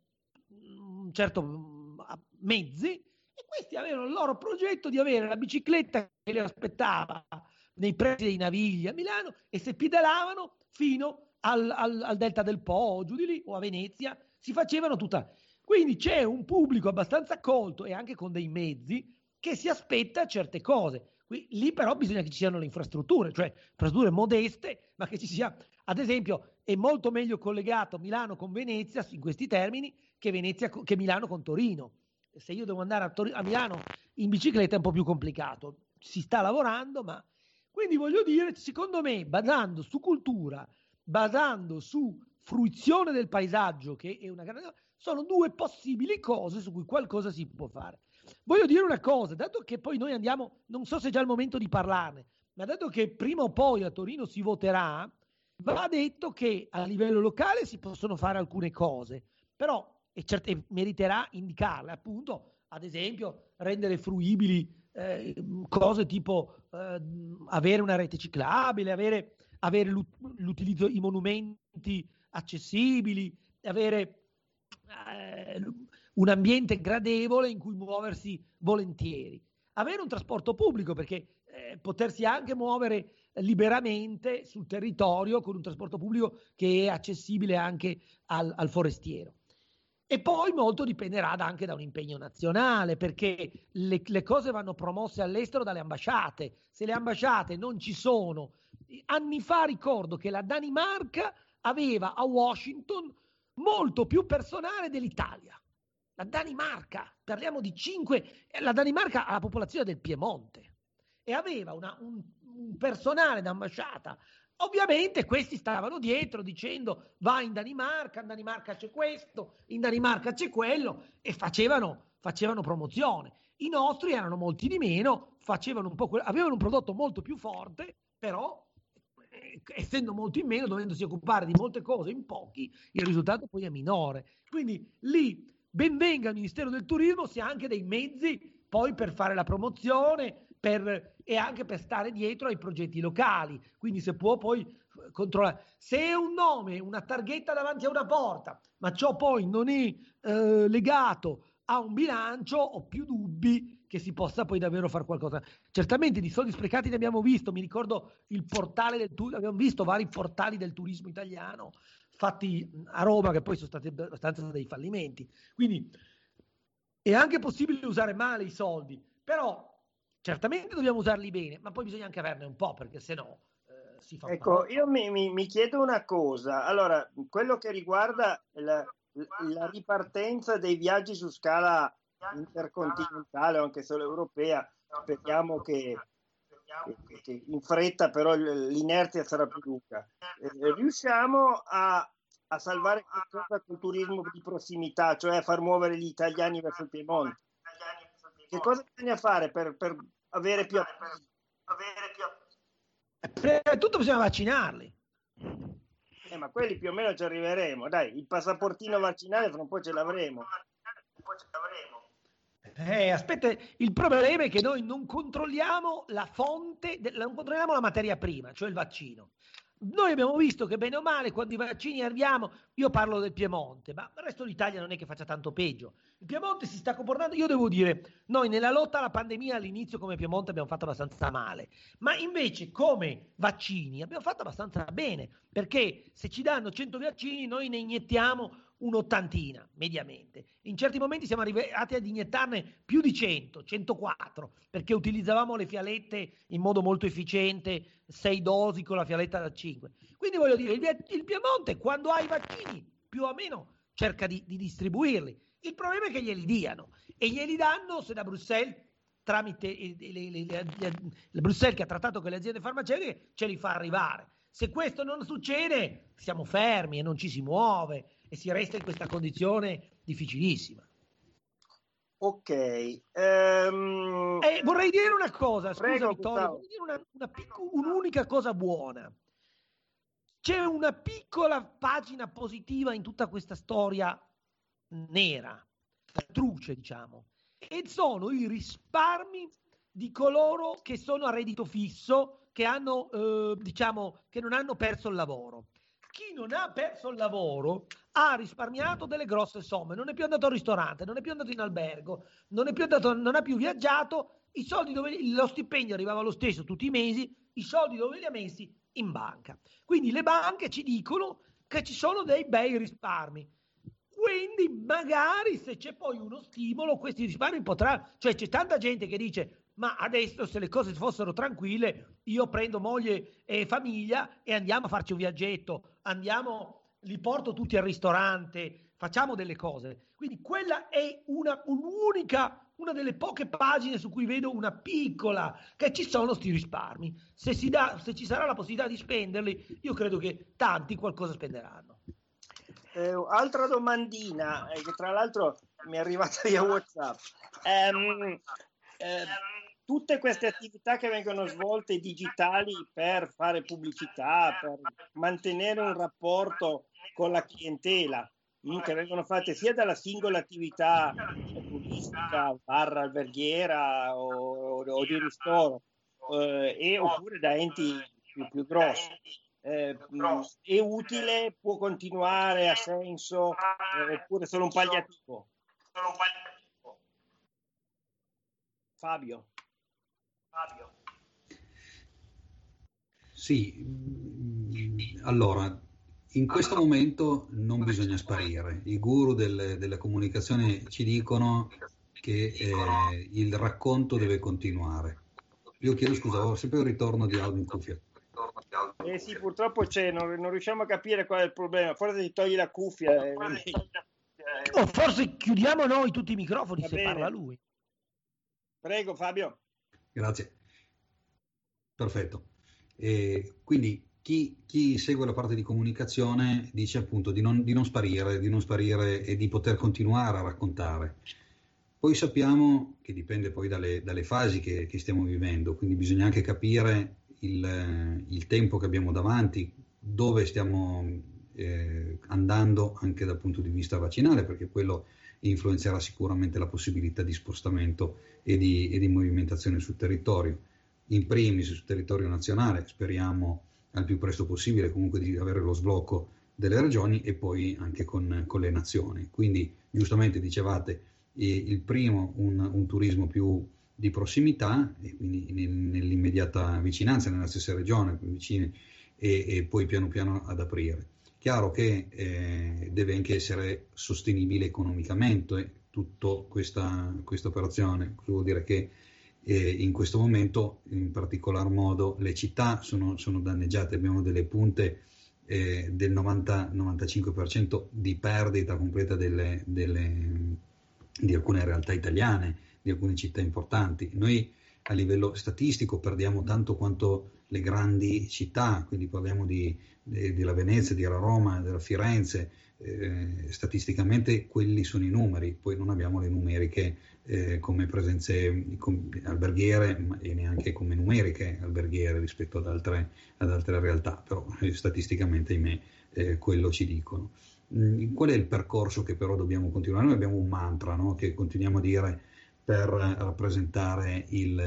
un certo mezzi, e questi avevano il loro progetto di avere la bicicletta che li aspettava nei pressi dei Navigli a Milano e se pedalavano fino al, al, al Delta del Po, giù di lì, o a Venezia, si facevano tutta. Quindi c'è un pubblico abbastanza colto e anche con dei mezzi che si aspetta certe cose. Qui, lì però bisogna che ci siano le infrastrutture, cioè infrastrutture modeste, ma che ci sia, ad esempio, è molto meglio collegato Milano con Venezia in questi termini che, Venezia, che Milano con Torino. Se io devo andare a, Tor- a Milano in bicicletta è un po' più complicato, si sta lavorando, ma quindi voglio dire, secondo me, basando su cultura, basando su fruizione del paesaggio, che è una grande, sono due possibili cose su cui qualcosa si può fare. Voglio dire una cosa, dato che poi noi andiamo, non so se è già il momento di parlarne, ma dato che prima o poi a Torino si voterà, va detto che a livello locale si possono fare alcune cose, però e, cert- e meriterà indicarle, appunto, ad esempio, rendere fruibili eh, cose tipo eh, avere una rete ciclabile, avere, avere l'utilizzo, i monumenti accessibili, avere eh, un ambiente gradevole in cui muoversi volentieri, avere un trasporto pubblico, perché eh, potersi anche muovere liberamente sul territorio con un trasporto pubblico che è accessibile anche al, al forestiero. E poi molto dipenderà da, anche da un impegno nazionale, perché le, le cose vanno promosse all'estero dalle ambasciate. Se le ambasciate non ci sono, anni fa ricordo che la Danimarca aveva a Washington molto più personale dell'Italia. La Danimarca, parliamo di cinque, la Danimarca ha la popolazione del Piemonte e aveva una, un, un personale d'ambasciata. Ovviamente questi stavano dietro dicendo va in Danimarca, in Danimarca c'è questo, in Danimarca c'è quello e facevano, facevano promozione. I nostri erano molti di meno, facevano un po' que- avevano un prodotto molto più forte, però eh, essendo molto in meno, dovendosi occupare di molte cose in pochi, il risultato poi è minore. Quindi lì ben venga il Ministero del Turismo se ha anche dei mezzi poi per fare la promozione, per, e anche per stare dietro ai progetti locali, quindi se può poi controllare. Se è un nome, una targhetta davanti a una porta, ma ciò poi non è eh, legato a un bilancio, ho più dubbi che si possa poi davvero fare qualcosa. Certamente di soldi sprecati ne abbiamo visto, mi ricordo il portale del turismo, abbiamo visto vari portali del turismo italiano fatti a Roma che poi sono stati abbastanza dei fallimenti, quindi è anche possibile usare male i soldi, però certamente dobbiamo usarli bene, ma poi bisogna anche averne un po', perché se no eh, si fa. Ecco, io mi, mi, mi chiedo una cosa. Allora, quello che riguarda la, la ripartenza dei viaggi su scala intercontinentale o anche solo europea, speriamo che, che, che in fretta però l'inerzia sarà più lunga. Eh, riusciamo a, a salvare qualcosa col turismo di prossimità, cioè a far muovere gli italiani verso il Piemonte? Che cosa bisogna fare per, per avere più prima di tutto bisogna vaccinarli, eh, ma quelli più o meno ci arriveremo, dai, il passaportino vaccinale fra un po' ce l'avremo. Eh, aspetta, il problema è che noi non controlliamo la fonte, non controlliamo la materia prima, cioè il vaccino. Noi abbiamo visto che bene o male quando i vaccini arriviamo, io parlo del Piemonte, ma il resto d'Italia non è che faccia tanto peggio. Il Piemonte si sta comportando, io devo dire, noi nella lotta alla pandemia all'inizio come Piemonte abbiamo fatto abbastanza male, ma invece come vaccini abbiamo fatto abbastanza bene, perché se ci danno cento vaccini noi ne iniettiamo un'ottantina mediamente. In certi momenti siamo arrivati ad iniettarne più di cento, centoquattro, perché utilizzavamo le fialette in modo molto efficiente, sei dosi con la fialetta da cinque. Quindi voglio dire, il, il Piemonte quando ha i vaccini più o meno cerca di, di distribuirli. Il problema è che glieli diano e glieli danno se da Bruxelles tramite le, le, le, le, le Bruxelles che ha trattato con le aziende farmaceutiche ce li fa arrivare. Se questo non succede siamo fermi e non ci si muove e si resta in questa condizione difficilissima. Ok. Um... Eh, vorrei dire una cosa, scusa Prego, Vittorio, vorrei dire una, una picco, un'unica cosa buona. C'è una piccola pagina positiva in tutta questa storia nera, truce diciamo, e sono i risparmi di coloro che sono a reddito fisso, che hanno eh, diciamo che non hanno perso il lavoro. Chi non ha perso il lavoro ha risparmiato delle grosse somme, non è più andato al ristorante, non è più andato in albergo, non è più andato, non ha più viaggiato, i soldi dove lo stipendio arrivava lo stesso tutti i mesi, i soldi dove li ha messi? In banca. Quindi le banche ci dicono che ci sono dei bei risparmi. Quindi magari se c'è poi uno stimolo, questi risparmi potrà, cioè c'è tanta gente che dice ma adesso se le cose fossero tranquille io prendo moglie e famiglia e andiamo a farci un viaggetto, andiamo, li porto tutti al ristorante, facciamo delle cose. Quindi quella è una, un'unica, una delle poche pagine su cui vedo una piccola, che ci sono sti risparmi. Se, si dà, se ci sarà la possibilità di spenderli, io credo che tanti qualcosa spenderanno. Eh, altra domandina, eh, che tra l'altro mi è arrivata via WhatsApp. Um, eh, tutte queste attività che vengono svolte digitali per fare pubblicità, per mantenere un rapporto con la clientela, mh, che vengono fatte sia dalla singola attività turistica, barra alberghiera o, o di ristoro, eh, e oppure da enti più, più grossi. Eh, mh, è utile, può continuare, ha senso, eh, oppure solo un palliativo? Fabio. Fabio. Sì, allora, in questo momento non bisogna sparire. I guru del, della comunicazione ci dicono che eh, il racconto deve continuare. Io chiedo scusa, ho sempre un ritorno di audio in cuffia. Eh sì, purtroppo c'è, non, non riusciamo a capire qual è il problema. Forse ti togli la cuffia. Eh, o forse chiudiamo noi tutti i microfoni. Va se bene. Parla lui. Prego Fabio. Grazie. Perfetto. E quindi chi, chi segue la parte di comunicazione dice appunto di non, di non sparire, di non sparire e di poter continuare a raccontare. Poi sappiamo che dipende poi dalle, dalle fasi che, che stiamo vivendo, quindi bisogna anche capire il, il tempo che abbiamo davanti, dove stiamo eh, andando anche dal punto di vista vaccinale, perché quello influenzerà sicuramente la possibilità di spostamento e di, e di movimentazione sul territorio. In primis sul territorio nazionale, speriamo al più presto possibile comunque di avere lo sblocco delle regioni e poi anche con, con le nazioni. Quindi giustamente dicevate, il primo un, un turismo più di prossimità, e quindi nel, nell'immediata vicinanza, nella stessa regione, vicini, e, e poi piano piano ad aprire. Chiaro che eh, deve anche essere sostenibile economicamente tutta questa, questa operazione, cosa vuol dire che eh, in questo momento in particolar modo le città sono, sono danneggiate, abbiamo delle punte eh, del novanta novantacinque per cento di perdita completa delle, delle, di alcune realtà italiane, di alcune città importanti. Noi a livello statistico perdiamo tanto quanto le grandi città, quindi parliamo di, di, della Venezia, della Roma, della Firenze, eh, statisticamente quelli sono i numeri, poi non abbiamo le numeriche eh, come presenze alberghiere e neanche come numeriche alberghiere rispetto ad altre, ad altre realtà, però eh, statisticamente ahimè eh, quello ci dicono. Mm, qual è il percorso che però dobbiamo continuare? Noi abbiamo un mantra, no? Che continuiamo a dire per rappresentare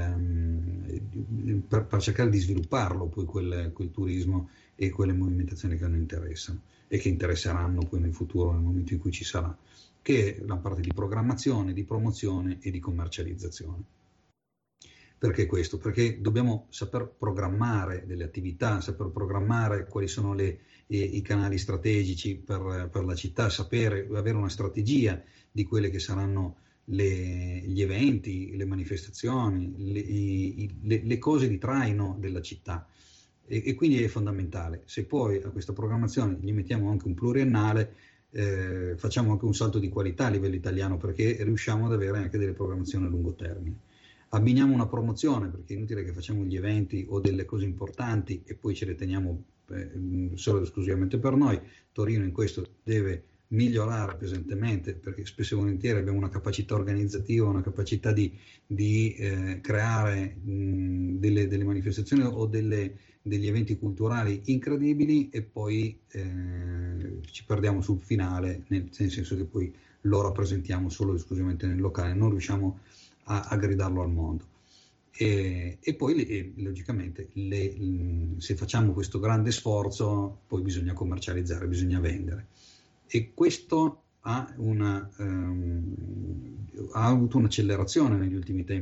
il, per, per cercare di svilupparlo poi quel, quel turismo e quelle movimentazioni che a noi interessano e che interesseranno poi nel futuro, nel momento in cui ci sarà, che è la parte di programmazione, di promozione e di commercializzazione. Perché questo? Perché dobbiamo saper programmare delle attività, saper programmare quali sono le, i, i canali strategici per, per la città, sapere, avere una strategia di quelle che saranno Le, gli eventi, le manifestazioni, le, i, le, le cose di traino della città e, e quindi è fondamentale. Se poi a questa programmazione gli mettiamo anche un pluriennale, eh, facciamo anche un salto di qualità a livello italiano, perché riusciamo ad avere anche delle programmazioni a lungo termine. Abbiniamo una promozione, perché è inutile che facciamo gli eventi o delle cose importanti e poi ce le teniamo eh, solo ed esclusivamente per noi. Torino in questo deve migliorare pesantemente, perché spesso e volentieri abbiamo una capacità organizzativa, una capacità di, di eh, creare mh, delle, delle manifestazioni o delle, degli eventi culturali incredibili e poi eh, ci perdiamo sul finale, nel, nel senso che poi lo rappresentiamo solo ed esclusivamente nel locale, non riusciamo a, a gridarlo al mondo. E, e poi e, logicamente le, mh, se facciamo questo grande sforzo poi bisogna commercializzare, bisogna vendere. E questo ha, una, um, ha avuto un'accelerazione negli ultimi tempi,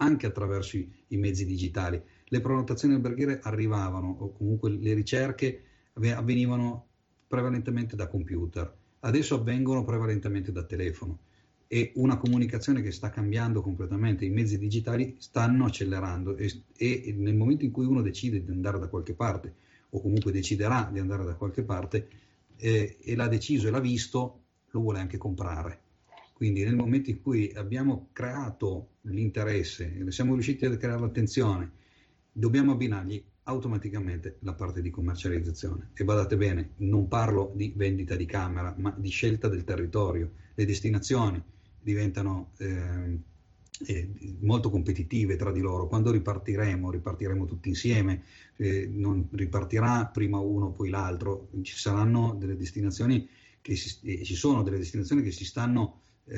anche attraverso i, i mezzi digitali. Le prenotazioni alberghiere arrivavano, o comunque le ricerche avvenivano prevalentemente da computer, adesso avvengono prevalentemente da telefono, e una comunicazione che sta cambiando completamente. I mezzi digitali stanno accelerando e, e nel momento in cui uno decide di andare da qualche parte, o comunque deciderà di andare da qualche parte, eh, e l'ha deciso e l'ha visto, lo vuole anche comprare. Quindi nel momento in cui abbiamo creato l'interesse, siamo riusciti a creare l'attenzione, dobbiamo abbinargli automaticamente la parte di commercializzazione. E badate bene, non parlo di vendita di camera, ma di scelta del territorio. Le destinazioni diventano eh, eh, molto competitive tra di loro. Quando ripartiremo, ripartiremo tutti insieme, eh, non ripartirà prima uno poi l'altro. Ci saranno delle destinazioni che si, eh, ci sono delle destinazioni che si stanno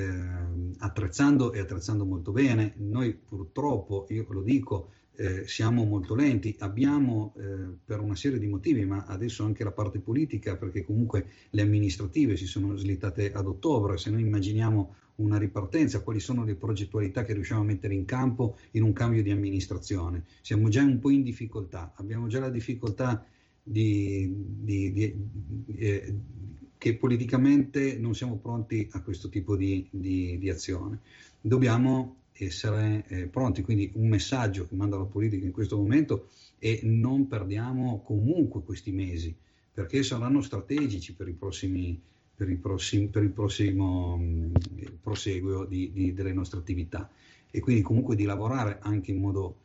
eh, attrezzando e attrezzando molto bene. Noi purtroppo, io lo dico, Eh, siamo molto lenti, abbiamo eh, per una serie di motivi, ma adesso anche la parte politica, perché comunque le amministrative si sono slittate ad ottobre. Se noi immaginiamo una ripartenza, quali sono le progettualità che riusciamo a mettere in campo in un cambio di amministrazione? Siamo già un po' in difficoltà, abbiamo già la difficoltà di, di, di, di eh, che politicamente non siamo pronti a questo tipo di, di, di azione. Dobbiamo essere eh, pronti, quindi un messaggio che manda la politica in questo momento è: non perdiamo comunque questi mesi, perché saranno strategici per i prossimi per il prossimo, per il prossimo mh, proseguo di, di, delle nostre attività, e quindi comunque di lavorare anche in modo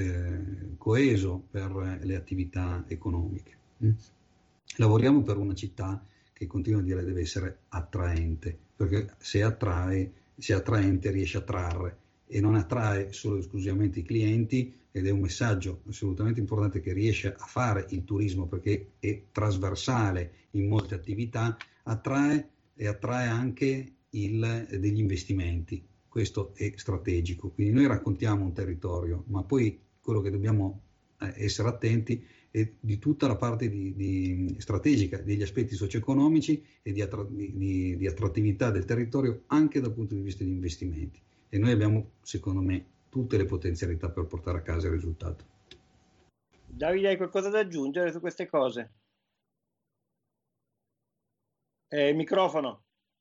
eh, coeso per le attività economiche. Mm? Lavoriamo per una città che, continuo a dire, deve essere attraente, perché se attrae, se è attraente riesce a trarre, e non attrae solo esclusivamente i clienti, ed è un messaggio assolutamente importante che riesce a fare il turismo, perché è trasversale in molte attività, attrae e attrae anche il, degli investimenti. Questo è strategico. Quindi noi raccontiamo un territorio, ma poi quello che dobbiamo essere attenti è di tutta la parte di, di strategica, degli aspetti socio-economici e di, attra- di, di attrattività del territorio, anche dal punto di vista di investimenti. E noi abbiamo, secondo me, tutte le potenzialità per portare a casa il risultato. Davide, hai qualcosa da aggiungere su queste cose? Eh, microfono.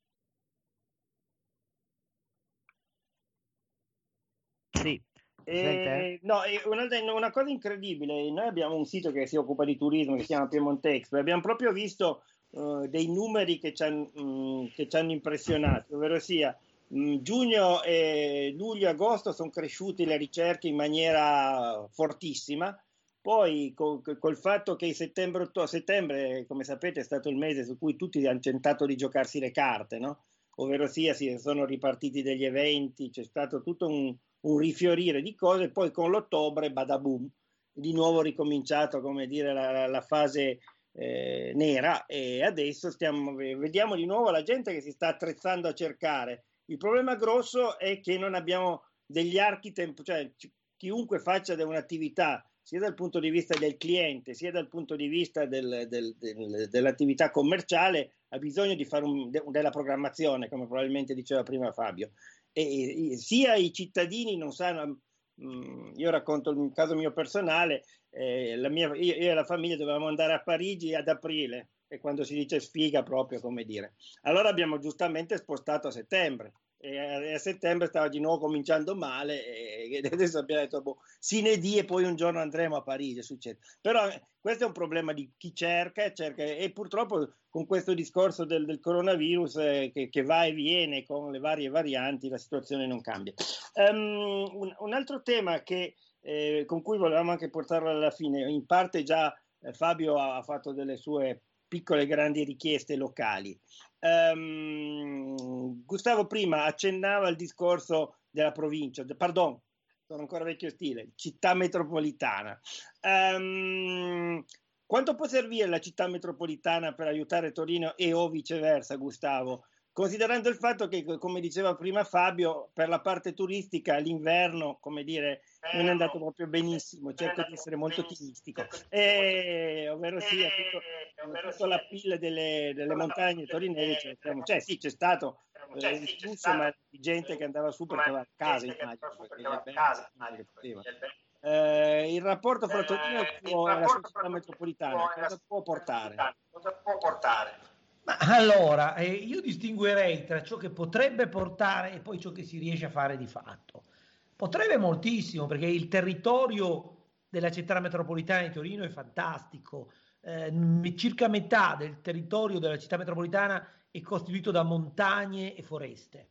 Sì. Eh, no, una, una cosa incredibile: noi abbiamo un sito che si occupa di turismo che si chiama Piemonte Expo, e abbiamo proprio visto uh, dei numeri che ci hanno, um, che ci hanno impressionato, ovvero sia um, giugno, e luglio e agosto sono cresciute le ricerche in maniera fortissima. Poi col, col fatto che settembre, settembre, come sapete, è stato il mese su cui tutti hanno tentato di giocarsi le carte, no? Ovvero sia, si sono ripartiti degli eventi, c'è stato tutto un un rifiorire di cose. Poi con l'ottobre, badaboom, di nuovo ricominciato, come dire, la, la fase eh, nera, e adesso stiamo, vediamo di nuovo la gente che si sta attrezzando a cercare. Il problema grosso è che non abbiamo degli archi temp- cioè chiunque faccia un'attività, sia dal punto di vista del cliente, sia dal punto di vista del, del, del, dell'attività commerciale, ha bisogno di fare un, de, della programmazione, come probabilmente diceva prima Fabio. E, e sia i cittadini non sanno, mh, io racconto il caso mio personale, eh, la mia, io, io e la famiglia dovevamo andare a Parigi ad aprile, e quando si dice sfiga proprio, come dire, allora abbiamo giustamente spostato a settembre, e a, e a settembre stava di nuovo cominciando male, e, e adesso abbiamo detto boh, sine die, e poi un giorno andremo a Parigi, succede. Però eh, questo è un problema di chi cerca, cerca e purtroppo con questo discorso del, del coronavirus eh, che, che va e viene con le varie varianti, la situazione non cambia. Um, un, un altro tema che, eh, con cui volevamo anche portarlo alla fine, in parte già eh, Fabio ha, ha fatto delle sue piccole e grandi richieste locali. Um, Gustavo prima accennava al discorso della provincia, pardon, sono ancora vecchio stile, città metropolitana. Um, Quanto può servire la città metropolitana per aiutare Torino e o viceversa, Gustavo? Considerando il fatto che, come diceva prima Fabio, per la parte turistica l'inverno, come dire, non è andato proprio benissimo, cerco di essere molto ottimistico, e, ovvero sia tutto, tutto l'appeal delle, delle montagne torinesi, cioè, cioè sì, c'è stato cioè, eh, sì, bus, ma di gente che andava su per trovare casa, immagino, perché casa, immagino, eh, il rapporto fra Torino eh, e la società metropolitana cosa può portare? Cosa può portare? Ma allora, eh, io distinguerei tra ciò che potrebbe portare e poi ciò che si riesce a fare di fatto. Potrebbe moltissimo, perché il territorio della città metropolitana di Torino è fantastico. Eh, circa metà del territorio della città metropolitana è costituito da montagne e foreste.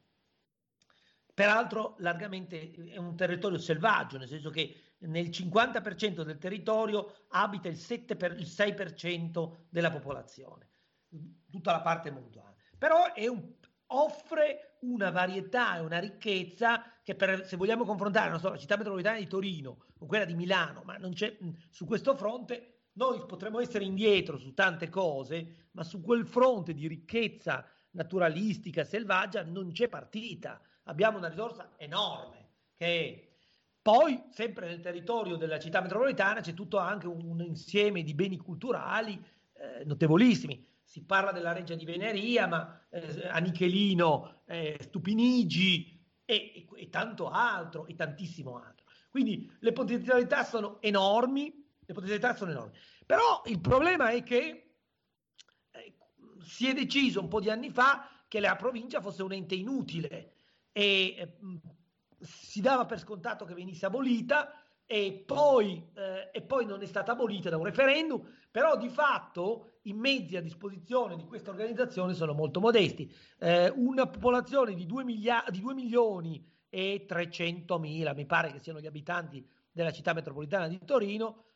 Peraltro largamente è un territorio selvaggio, nel senso che nel cinquanta per cento del territorio abita il, sette per, il sei per cento della popolazione, tutta la parte montana. Però è un, offre una varietà e una ricchezza che, per, se vogliamo confrontare non so, la città metropolitana di Torino con quella di Milano, ma non c'è su questo fronte, noi potremmo essere indietro su tante cose, ma su quel fronte di ricchezza naturalistica, selvaggia, non c'è partita. Abbiamo una risorsa enorme, che poi sempre nel territorio della città metropolitana c'è tutto anche un, un insieme di beni culturali eh, notevolissimi. Si parla della Reggia di Veneria, ma eh, Anichelino, eh, Stupinigi e, e, e tanto altro, e tantissimo altro. Quindi le potenzialità sono enormi, le potenzialità sono enormi. Però il problema è che eh, si è deciso un po' di anni fa che la provincia fosse un ente inutile e eh, si dava per scontato che venisse abolita e poi, eh, e poi non è stata abolita da un referendum, però di fatto i mezzi a disposizione di questa organizzazione sono molto modesti. Eh, una popolazione di due milioni e trecentomila, mi pare che siano gli abitanti della città metropolitana di Torino,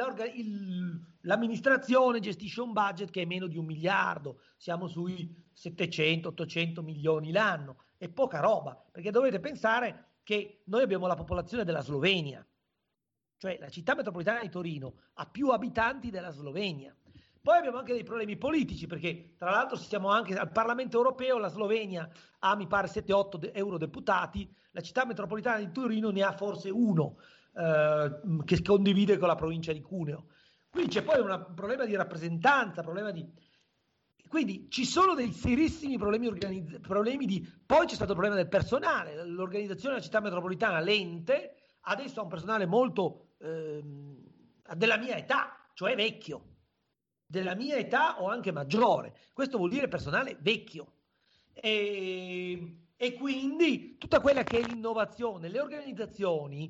il, l'amministrazione gestisce un budget che è meno di un miliardo, siamo sui settecento ottocento milioni l'anno, è poca roba, perché dovete pensare che noi abbiamo la popolazione della Slovenia, cioè la città metropolitana di Torino ha più abitanti della Slovenia. Poi abbiamo anche dei problemi politici, perché tra l'altro siamo anche al Parlamento europeo, la Slovenia ha mi pare sette otto eurodeputati, la città metropolitana di Torino ne ha forse uno, eh, che condivide con la provincia di Cuneo. Quindi c'è poi una, un problema di rappresentanza, problema di... Quindi ci sono dei serissimi problemi, organizz- problemi di... Poi c'è stato il problema del personale, l'organizzazione della città metropolitana, l'ente, adesso ha un personale molto eh, della mia età, cioè vecchio, della mia età o anche maggiore. Questo vuol dire personale vecchio. E, e quindi tutta quella che è l'innovazione, le organizzazioni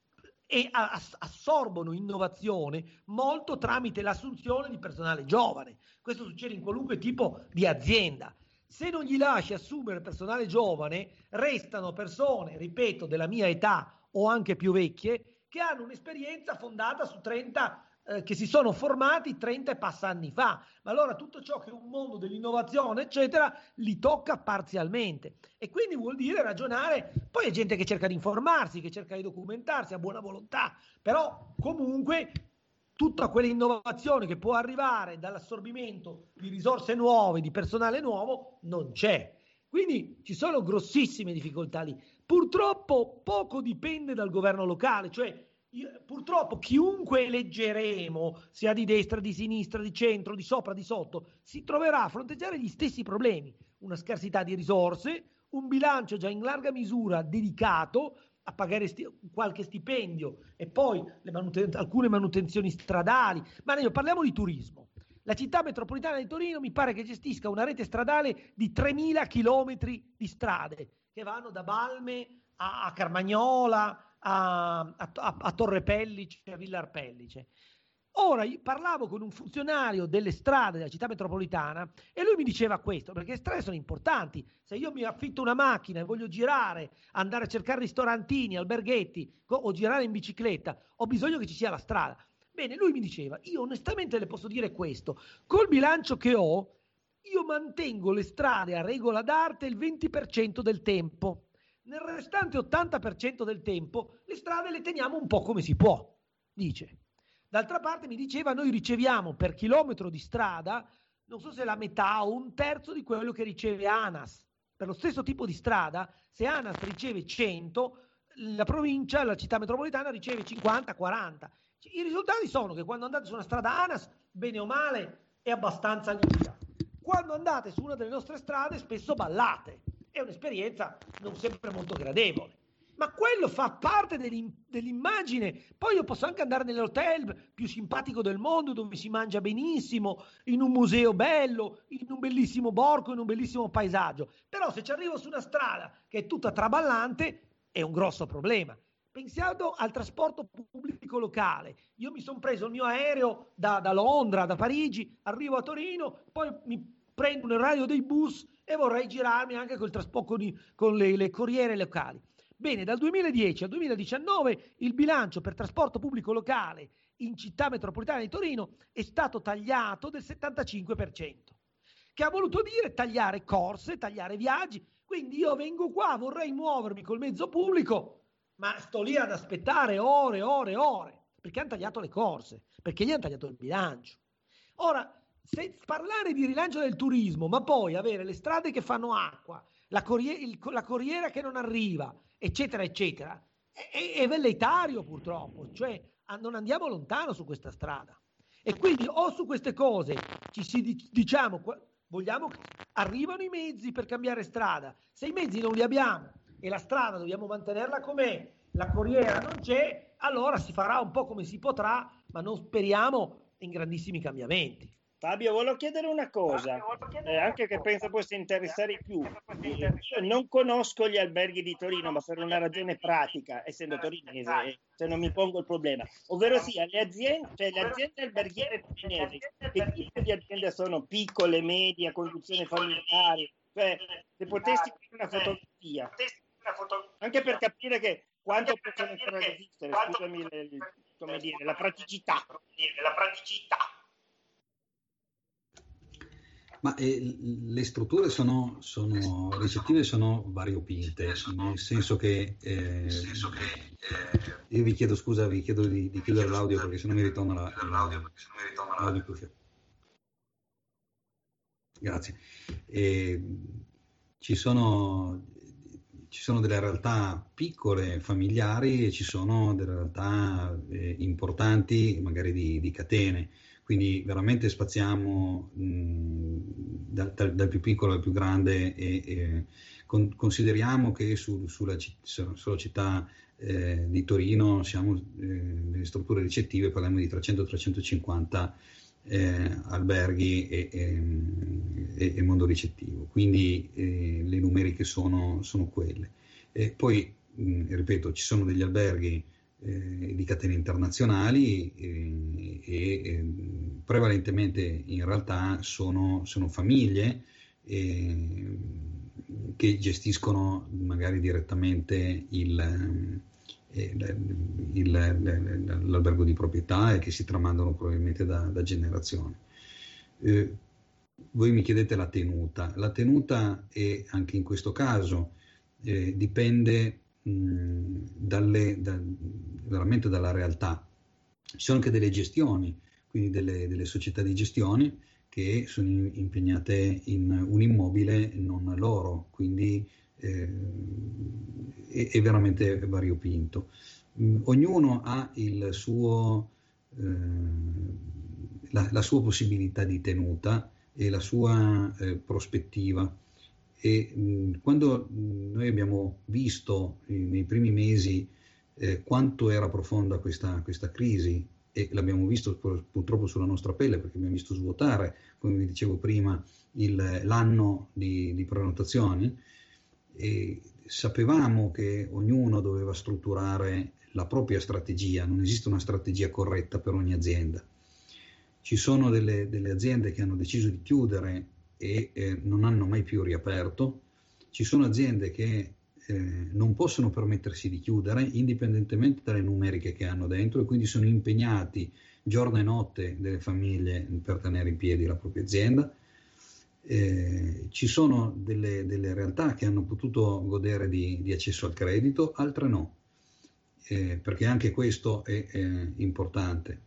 e assorbono innovazione molto tramite l'assunzione di personale giovane. Questo succede in qualunque tipo di azienda. Se non gli lasci assumere personale giovane, restano persone, ripeto, della mia età o anche più vecchie, che hanno un'esperienza fondata su trenta, eh, che si sono formati trenta e passa anni fa. Ma allora tutto ciò che è un mondo dell'innovazione, eccetera, li tocca parzialmente. E quindi vuol dire ragionare, poi è gente che cerca di informarsi, che cerca di documentarsi, ha buona volontà, però comunque tutta quell'innovazione che può arrivare dall'assorbimento di risorse nuove, di personale nuovo, non c'è. Quindi ci sono grossissime difficoltà lì. Purtroppo poco dipende dal governo locale, cioè io, purtroppo chiunque eleggeremo, sia di destra, di sinistra, di centro, di sopra, di sotto, si troverà a fronteggiare gli stessi problemi, una scarsità di risorse, un bilancio già in larga misura dedicato a pagare sti- qualche stipendio e poi le manuten- alcune manutenzioni stradali. Ma noi parliamo di turismo. La città metropolitana di Torino mi pare che gestisca una rete stradale di tremila chilometri di strade che vanno da Balme a, a Carmagnola, a, a, a Torre Pellice, a Villar Pellice. Ora, io parlavo con un funzionario delle strade della città metropolitana e lui mi diceva questo, perché le strade sono importanti. Se io mi affitto una macchina e voglio girare, andare a cercare ristorantini, alberghetti o girare in bicicletta, ho bisogno che ci sia la strada. Bene, lui mi diceva, io onestamente le posso dire questo, col bilancio che ho, io mantengo le strade a regola d'arte il venti per cento del tempo. Nel restante ottanta per cento del tempo le strade le teniamo un po' come si può, dice. D'altra parte mi diceva, noi riceviamo per chilometro di strada, non so se la metà o un terzo di quello che riceve ANAS. Per lo stesso tipo di strada, se ANAS riceve cento, la provincia, la città metropolitana riceve cinquanta quaranta. I risultati sono che quando andate su una strada ANAS, bene o male, è abbastanza liscia. Quando andate su una delle nostre strade, spesso ballate. E è un'esperienza non sempre molto gradevole. Ma quello fa parte dell'immagine. Poi io posso anche andare nell'hotel più simpatico del mondo, dove si mangia benissimo, in un museo bello, in un bellissimo borgo, in un bellissimo paesaggio. Però se ci arrivo su una strada che è tutta traballante, è un grosso problema. Pensiamo al trasporto pubblico locale. Io mi sono preso il mio aereo da, da Londra, da Parigi, arrivo a Torino, poi mi prendo un orario dei bus e vorrei girarmi anche col trasporto con, i, con le, le corriere locali. Bene, dal duemiladieci al duemiladiciannove il bilancio per trasporto pubblico locale in città metropolitana di Torino è stato tagliato del settantacinque per cento, che ha voluto dire tagliare corse, tagliare viaggi. Quindi io vengo qua, vorrei muovermi col mezzo pubblico, ma sto lì ad aspettare ore, ore, ore, perché hanno tagliato le corse, perché gli hanno tagliato il bilancio. Ora, se parlare di rilancio del turismo, ma poi avere le strade che fanno acqua, la, corriera, il, la corriera che non arriva, eccetera, eccetera, è, è velleitario purtroppo, cioè non andiamo lontano su questa strada. E quindi o su queste cose ci si diciamo, vogliamo, arrivano i mezzi per cambiare strada, se i mezzi non li abbiamo e la strada dobbiamo mantenerla com'è, la corriera non c'è, allora si farà un po' come si potrà, ma non speriamo in grandissimi cambiamenti. Fabio, volevo chiedere una cosa, eh, anche che penso possa interessare più. Io non conosco gli alberghi di Torino, ma per una ragione pratica, essendo torinese, se non mi pongo il problema. Ovvero sia, le aziende, cioè le aziende alberghiere torinesi, che tipo di aziende sono? Piccole, medie, conduzione familiare? Cioè, se potessi fare una fotografia, anche per capire che quanto possono resistere, scusami, le, come dire, la praticità. La praticità. Ma eh, le strutture sono, sono ricettive, sono variopinte, nel senso che, eh, nel senso che eh, io vi chiedo scusa, vi chiedo di, di chiudere l'audio perché sennò mi ritorna la, l'audio. Perché sennò mi ritorna l'audio. l'audio. Grazie. E, ci sono, ci sono delle realtà piccole, familiari, e ci sono delle realtà eh, importanti, magari di, di catene. Quindi veramente spaziamo mh, dal, dal, dal più piccolo al più grande e, e con, consideriamo che su, sulla, sulla città eh, di Torino siamo eh, nelle strutture ricettive, parliamo di trecento trecentocinquanta eh, alberghi e, e, e mondo ricettivo, quindi eh, le numeriche sono, sono quelle. E poi, mh, ripeto, ci sono degli alberghi Eh, di catene internazionali eh, e eh, prevalentemente in realtà sono, sono famiglie eh, che gestiscono magari direttamente il, eh, il, il, l'albergo di proprietà e che si tramandano probabilmente da, da generazione. Eh, voi mi chiedete la tenuta. La tenuta è anche in questo caso eh, dipende Dalle, da, veramente dalla realtà. Ci sono anche delle gestioni, quindi delle, delle società di gestione che sono in, impegnate in un immobile non loro, quindi eh, è, è veramente variopinto. Ognuno ha il suo, eh, la, la sua possibilità di tenuta e la sua eh, prospettiva. E mh, quando mh, noi abbiamo visto eh, nei primi mesi eh, quanto era profonda questa, questa crisi, e l'abbiamo visto pur, purtroppo sulla nostra pelle, perché abbiamo visto svuotare, come vi dicevo prima, il, l'anno di, di prenotazioni, e sapevamo che ognuno doveva strutturare la propria strategia, non esiste una strategia corretta per ogni azienda. Ci sono delle, delle aziende che hanno deciso di chiudere e eh, non hanno mai più riaperto. Ci sono aziende che eh, non possono permettersi di chiudere indipendentemente dalle numeriche che hanno dentro, e quindi sono impegnati giorno e notte delle famiglie per tenere in piedi la propria azienda. Eh, ci sono delle, delle realtà che hanno potuto godere di, di accesso al credito, altre no, eh, perché anche questo è, è importante.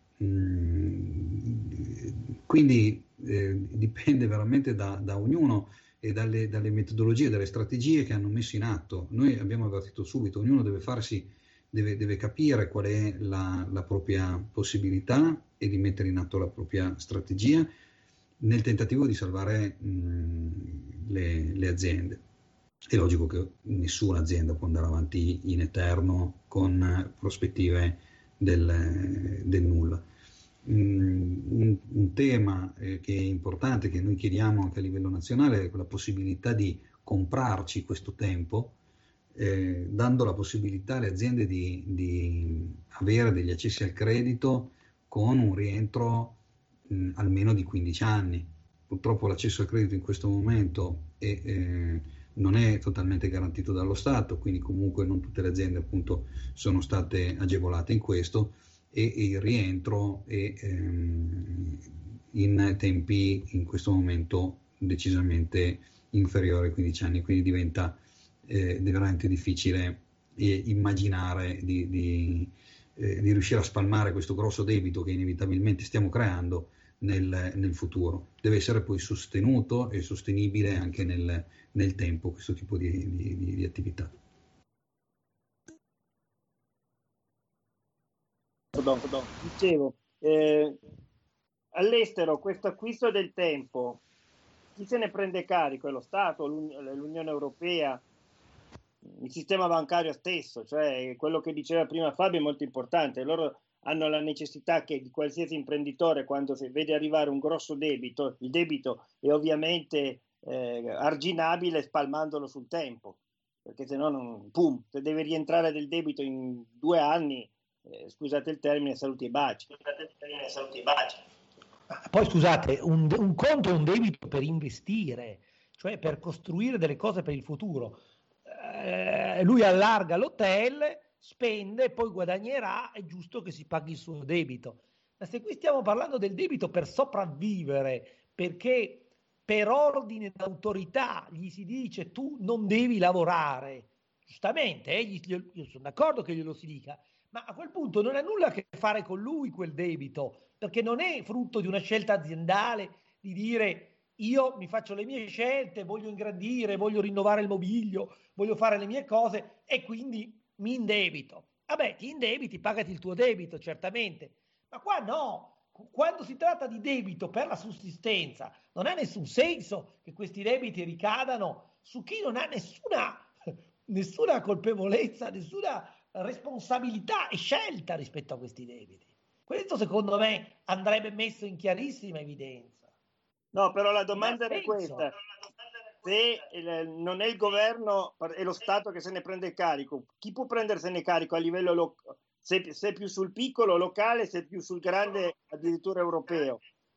Quindi eh, dipende veramente da, da ognuno e dalle, dalle metodologie, dalle strategie che hanno messo in atto. Noi abbiamo avvertito subito, ognuno deve farsi, deve, deve capire qual è la, la propria possibilità e di mettere in atto la propria strategia nel tentativo di salvare mh, le, le aziende. è logico che nessuna azienda può andare avanti in eterno con prospettive del, del nulla. Un, un tema eh, che è importante, che noi chiediamo anche a livello nazionale, è la possibilità di comprarci questo tempo, eh, dando la possibilità alle aziende di, di avere degli accessi al credito con un rientro mh, almeno di quindici anni. Purtroppo l'accesso al credito in questo momento è, eh, non è totalmente garantito dallo Stato, quindi comunque non tutte le aziende appunto sono state agevolate in questo, e, e il rientro è ehm, in tempi in questo momento decisamente inferiore ai quindici anni, quindi diventa eh, veramente difficile eh, immaginare di, di, eh, di riuscire a spalmare questo grosso debito che inevitabilmente stiamo creando nel, nel futuro. Deve essere poi sostenuto e sostenibile anche nel, nel tempo questo tipo di, di, di, di attività. Pardon, pardon. Dicevo, eh, all'estero questo acquisto del tempo, chi se ne prende carico? È lo Stato, l'Unione Europea, il sistema bancario stesso, cioè quello che diceva prima Fabio è molto importante. Loro hanno la necessità che di qualsiasi imprenditore, quando si vede arrivare un grosso debito, il debito è ovviamente eh, arginabile spalmandolo sul tempo, perché se no non, pum, se deve rientrare del debito in due anni, Eh, scusate il termine, saluti e baci. Scusate il termine, saluti e baci. Poi scusate, un, un conto è un debito per investire, cioè per costruire delle cose per il futuro. Eh, lui allarga l'hotel, spende, poi guadagnerà, è giusto che si paghi il suo debito. Ma se qui stiamo parlando del debito per sopravvivere, perché per ordine d'autorità gli si dice tu non devi lavorare, giustamente, eh, gli, io sono d'accordo che glielo si dica, ma a quel punto non ha nulla a che fare con lui quel debito, perché non è frutto di una scelta aziendale di dire io mi faccio le mie scelte, voglio ingrandire, voglio rinnovare il mobilio, voglio fare le mie cose e quindi mi indebito. Vabbè, ti indebiti, pagati il tuo debito, certamente, ma qua no. Quando si tratta di debito per la sussistenza, non ha nessun senso che questi debiti ricadano su chi non ha nessuna, nessuna colpevolezza, nessuna responsabilità e scelta rispetto a questi debiti. Questo secondo me andrebbe messo in chiarissima evidenza. No, però la domanda è questa: se il, non è il governo, è lo Stato che se ne prende carico, chi può prendersene carico a livello locale? Se, se più sul piccolo locale, se più sul grande addirittura europeo?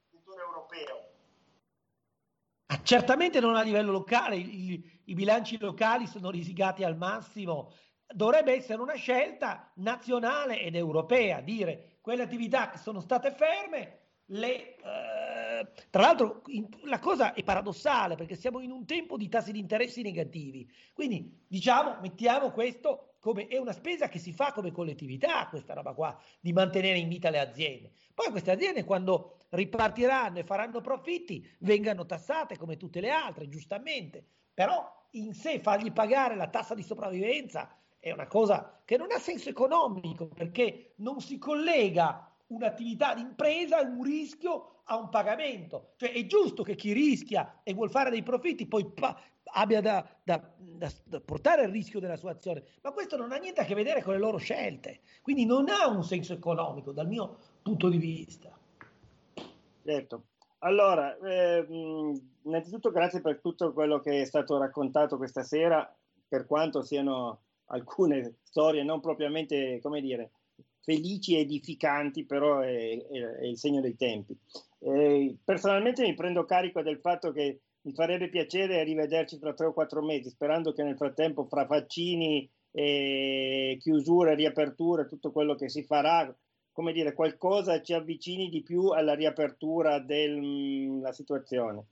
Ah, certamente non a livello locale, i, i bilanci locali sono risicati al massimo. Dovrebbe essere una scelta nazionale ed europea, dire quelle attività che sono state ferme, le, eh, tra l'altro in, la cosa è paradossale perché siamo in un tempo di tassi di interessi negativi, quindi diciamo mettiamo questo come è una spesa che si fa come collettività, questa roba qua, di mantenere in vita le aziende. Poi queste aziende quando ripartiranno e faranno profitti vengano tassate come tutte le altre, giustamente, però in sé fargli pagare la tassa di sopravvivenza è una cosa che non ha senso economico perché non si collega un'attività di impresa, un rischio a un pagamento. Cioè è giusto che chi rischia e vuol fare dei profitti poi pa- abbia da, da, da, da portare il rischio della sua azione, ma questo non ha niente a che vedere con le loro scelte, quindi non ha un senso economico dal mio punto di vista. Certo. Allora, eh, innanzitutto grazie per tutto quello che è stato raccontato questa sera, per quanto siano alcune storie non propriamente, come dire, felici e edificanti, però è, è, è il segno dei tempi. Eh, personalmente mi prendo carico del fatto che mi farebbe piacere rivederci tra tre o quattro mesi, sperando che nel frattempo fra vaccini, e chiusure, riaperture, tutto quello che si farà, come dire, qualcosa ci avvicini di più alla riapertura della situazione.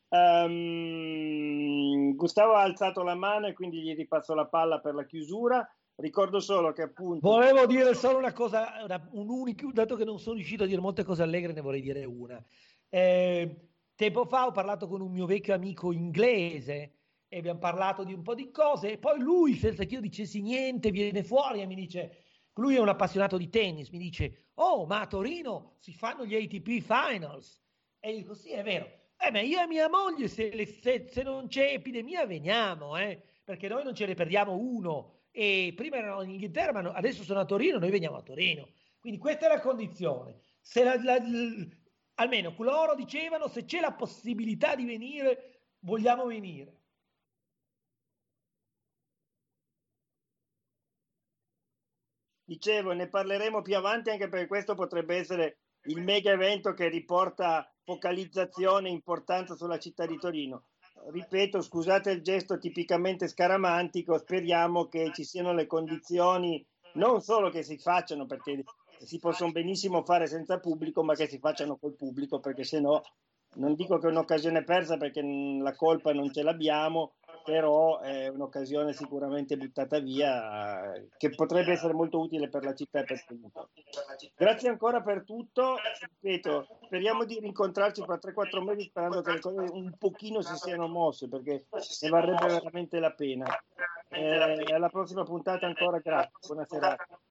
Um, Gustavo ha alzato la mano e quindi gli ripasso la palla per la chiusura. Ricordo solo che appunto volevo dire solo una cosa, una, un unico, dato che non sono riuscito a dire molte cose allegre, ne vorrei dire una. Eh, tempo fa ho parlato con un mio vecchio amico inglese e abbiamo parlato di un po' di cose e poi lui, senza che io dicessi niente, viene fuori e mi dice, lui è un appassionato di tennis, mi dice, oh ma a Torino si fanno gli A T P Finals e io dico sì è vero. Eh, ma io e mia moglie, se, le, se, se non c'è epidemia, veniamo, eh, perché noi non ce ne perdiamo uno. E prima erano in Inghilterra, ma no, adesso sono a Torino, noi veniamo a Torino. Quindi questa è la condizione. Se la, la, la, almeno loro dicevano, se c'è la possibilità di venire, vogliamo venire. Dicevo, ne parleremo più avanti, anche perché questo potrebbe essere il mega evento che riporta focalizzazione e importanza sulla città di Torino. Ripeto, scusate il gesto tipicamente scaramantico, speriamo che ci siano le condizioni, non solo che si facciano, perché si possono benissimo fare senza pubblico, ma che si facciano col pubblico, perché se no, non dico che è un'occasione persa, perché la colpa non ce l'abbiamo, però è un'occasione sicuramente buttata via, che potrebbe essere molto utile per la città e per tutto. Grazie ancora per tutto, ripeto, speriamo di rincontrarci fra tre quattro mesi, sperando che le cose un pochino si siano mosse, perché ne varrebbe veramente la pena. Eh, alla prossima puntata ancora, grazie, buona serata.